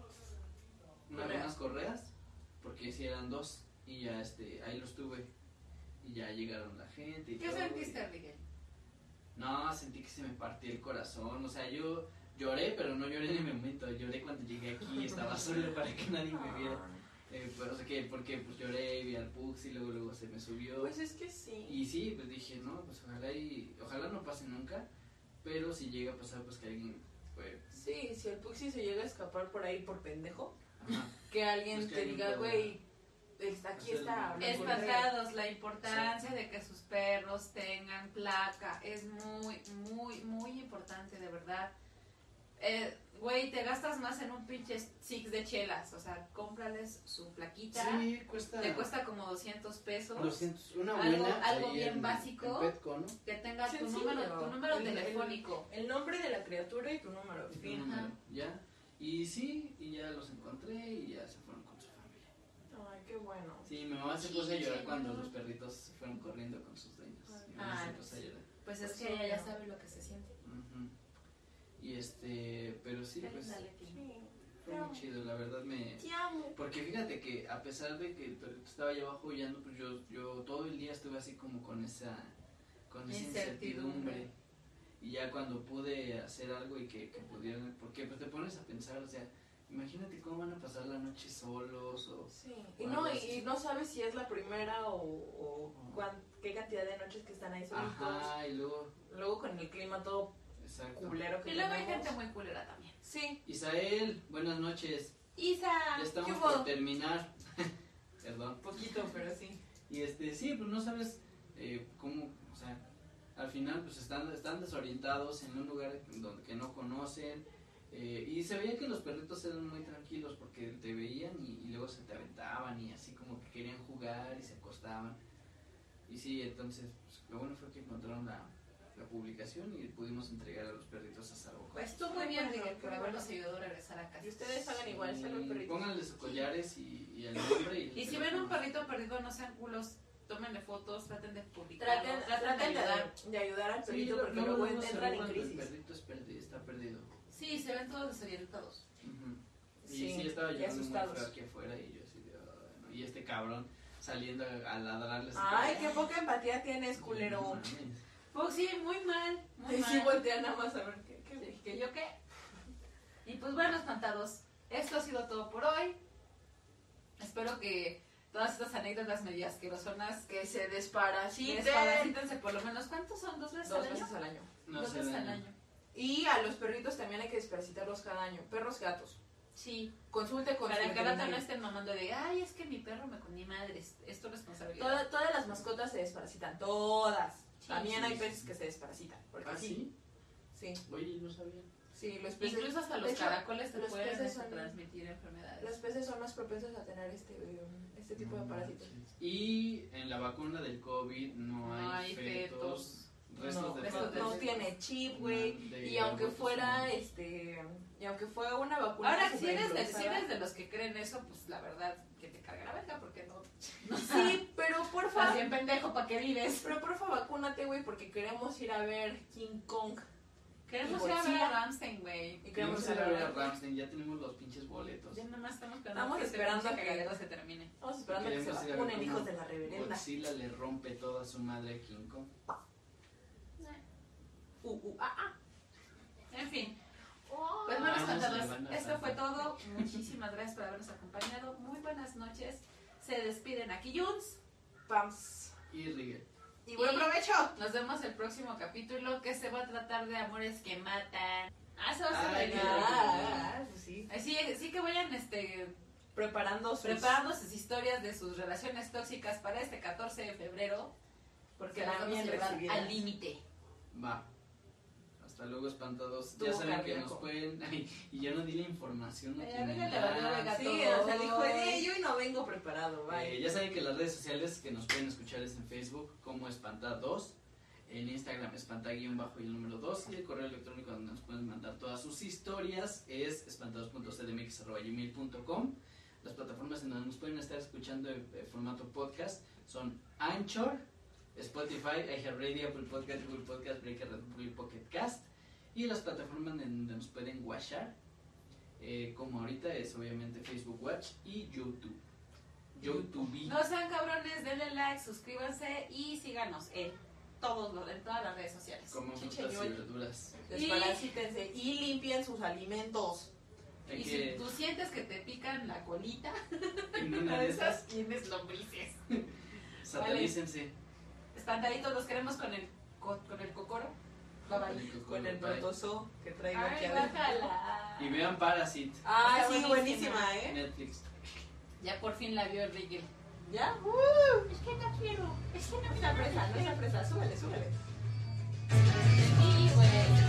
una- Correas. unas correas, porque si eran dos, y ya, este, ahí los tuve. Y ya llegaron la gente y ¿Qué todo, sentiste, y- Miguel? no, sentí que se me partió el corazón, o sea, yo lloré, pero no lloré en el momento, lloré cuando llegué aquí, estaba solo para que nadie me viera, eh, pues, o sea, que, porque pues lloré, vi al Pux y luego, luego se me subió, Pues es que sí. y sí, pues dije, no, pues ojalá y, ojalá no pase nunca, pero si llega a pasar, pues que alguien, pues, Sí, si el Puxi se llega a escapar por ahí por pendejo, ajá, que alguien Pues que te alguien diga, pueda güey, está- aquí hacer está. el- habla con él". Espantados, la importancia de que sus perros tengan placa es muy, muy, muy importante, de verdad. Eh, Güey, te gastas más en un pinche six de chelas, o sea, cómprales su plaquita, sí, cuesta, te cuesta como doscientos pesos, doscientos, una Algo- buena, algo ahí bien en- básico. en Petco, ¿no? que tenga tu Sencillo. número, tu número El- el- telefónico. El nombre de la criatura y tu número. Tu Fin. número, Ajá. ya, y sí, y ya los encontré y ya se fueron con su familia. Ay, qué bueno. Sí, mi mamá se Sí, puso a llorar sí, cuando no. los perritos se fueron corriendo con sus dueños. Mi mamá Ay, se puso a llorar. Pues es Pues que ella ya obvio. sabe lo que se siente. Ujú. Y este, pero sí, Qué pues linda Leti. Sí. fue muy chido, la verdad me... Te amo. Porque fíjate que a pesar de que el perrito estaba allá abajo huyendo, pues yo, yo todo el día estuve así como con esa, con esa Incertidumbre. incertidumbre. Y ya cuando pude hacer algo y que, que pudieran, porque pues te pones a pensar, o sea, imagínate cómo van a pasar la noche solos o... Sí. Y O no, algo y, así. y no sabes si es la primera o, o cuán- qué cantidad de noches que están ahí solitos. Ajá, y luego, Luego con el clima todo exacto. culero que Y luego hay tenemos. gente muy culera también. Sí. Isael, buenas noches. Isa, Ya estamos ¿qué por hubo? terminar. Perdón. perdón. Poquito, pero sí. Y este, sí, pues no sabes eh, cómo, o sea, al final pues están, están desorientados en un lugar donde que no conocen. Eh, y se veía que los perritos eran muy tranquilos porque te veían y, y luego se te aventaban y así como que querían jugar y se acostaban. Y sí, entonces pues, lo bueno fue que encontraron la, la publicación y pudimos entregar a los perritos a salvo. Pues tú muy bien, Miguel, por habernos ayudado a regresar a casa. Y ustedes hagan igual, sean los perritos. Pónganle sus collares y, y el nombre. Y, Y si ven un perrito perdido, no sean culos, tómenle fotos, traten de publicarlo, Traten, traten, traten de de, ayudar. de ayudar al Sí, perrito lo- porque luego luego uno se entran ve en cuando crisis. el perrito es perdi- está perdido. Sí, se ven todos desorientados. Ujú. Y Sí, sí, estaba y llorando muy asustados. feo aquí afuera y yo así de, "Ay, no". Y este cabrón saliendo a, a ladrarles. Ay, qué poca empatía tienes, culero. No mames. Pues sí, muy mal, muy Y mal. sí voltean nada más a ver qué, qué, Sí, qué- ¿que yo qué? Y pues bueno, espantados, esto ha sido todo por hoy. Espero que todas estas anécdotas medio asquerosonas que se desparasiten. desparasítense por lo menos. ¿Cuántos son? ¿Dos veces Dos al año? veces al año. No Dos sé, veces al daño. año. Y a los perritos también hay que desparasitarlos cada año. Perros, gatos. Sí. Consulte con Para su que ahora no veterinario. estén mamando de, ay, es que mi perro me con mi madre, es, es tu responsabilidad. Toda- todas las mascotas se desparasitan. Todas. Sí, también sí, hay sí, peces sí. que se desparasitan. Porque ¿Ah, sí. sí? Sí. Oye, no sabía. Sí, los peces. Incluso hasta de los hecho, caracoles te los pueden peces este, son- transmitir enfermedades. Los peces son más propensos a tener este, um, este tipo de No parásitos. manches. Y en la vacuna del COVID no hay, No hay fetos, fetos. restos No, de restos no, de- fetos. no tiene chip, güey. De Y aunque abortos fuera, humanos. este, y aunque fuera una vacuna Ahora, si eres, de, si superimprovisada- eres de los que creen eso, pues la verdad, que te carga la verga, porque no. no Sí, pero Estás porfa, bien pendejo, ¿para qué vives? pero porfa vacúnate, güey, porque queremos ir a ver King Kong. Queremos Y ir a ver Godzilla. a Ramstein, güey. Y Queremos queremos ir a ver a ver. Ramstein, ya tenemos los pinches boletos. Ya nada más estamos esperando Estamos que esperando este a pinche que- cagadero se termine. Estamos esperando a que se Queremos ir a ver vacunen, cómo hijos de la reverenda. Godzilla le rompe toda su madre a King Kong. Uh, uh, ah, ah. En fin. Pues bueno, Ah, no se espantados, le van a esto dar. fue todo. Muchísimas gracias por habernos acompañado. Muy buenas noches. Se despiden aquí Juns. Pams. Y Rigel. Y buen Y- provecho. Nos vemos el próximo capítulo que se va a tratar de amores que matan. Ah, eso va a ser Ay, buenísimo. qué Ah, pues sí. Así, sí que vayan este, Preparando sus... preparando sus historias de sus relaciones tóxicas para este catorce de febrero. Porque las Serán vamos a bien llevar recibidas. al límite. Va. Hasta luego, espantados. Estuvo ya saben que cardíaco. nos pueden. Ay, y ya no di la información. No Eh, tienen Rigel le nada. valió verga Sí, todo. o sea, dijo, eh, yo no vengo preparado, bye. Eh, ya saben que las redes sociales que nos pueden escuchar es en Facebook como Espanta2, en Instagram espanta-bajo y el número dos, y el correo electrónico donde nos pueden mandar todas sus historias es espantados punto c d m x arroba gmail punto com. Las plataformas en donde nos pueden estar escuchando en, en formato podcast son Anchor, Spotify, iHeartRadio, Apple Podcast, Google Podcast, Breaker, Red Bull y Pocket Cast, y las plataformas en donde nos pueden watchar, eh, como ahorita es obviamente Facebook Watch y YouTube. YouTube. No sean cabrones, denle like, suscríbanse y síganos en todos los, en todas las redes sociales. Como frutas y Chicheñol. verduras. Desparasítense y limpien sus alimentos. Hay Y que, si tú sientes que te pican la colita, en una una de de esas esas, tienes lombrices. satanícense. Espantaditos, los queremos con el, co- con el cocoro. Bye bye. Con el Bye. protozo que traigo aquí Ay, adentro. bájala. Y vean Parasite, Ah, Está sí, buenísima. buenísima, ¿eh? Netflix. Ya por fin la vio el Rigel. ¿Ya? Es que no quiero, es que no Esa presa, no esa presa, súbele, súbele. Sí, güey.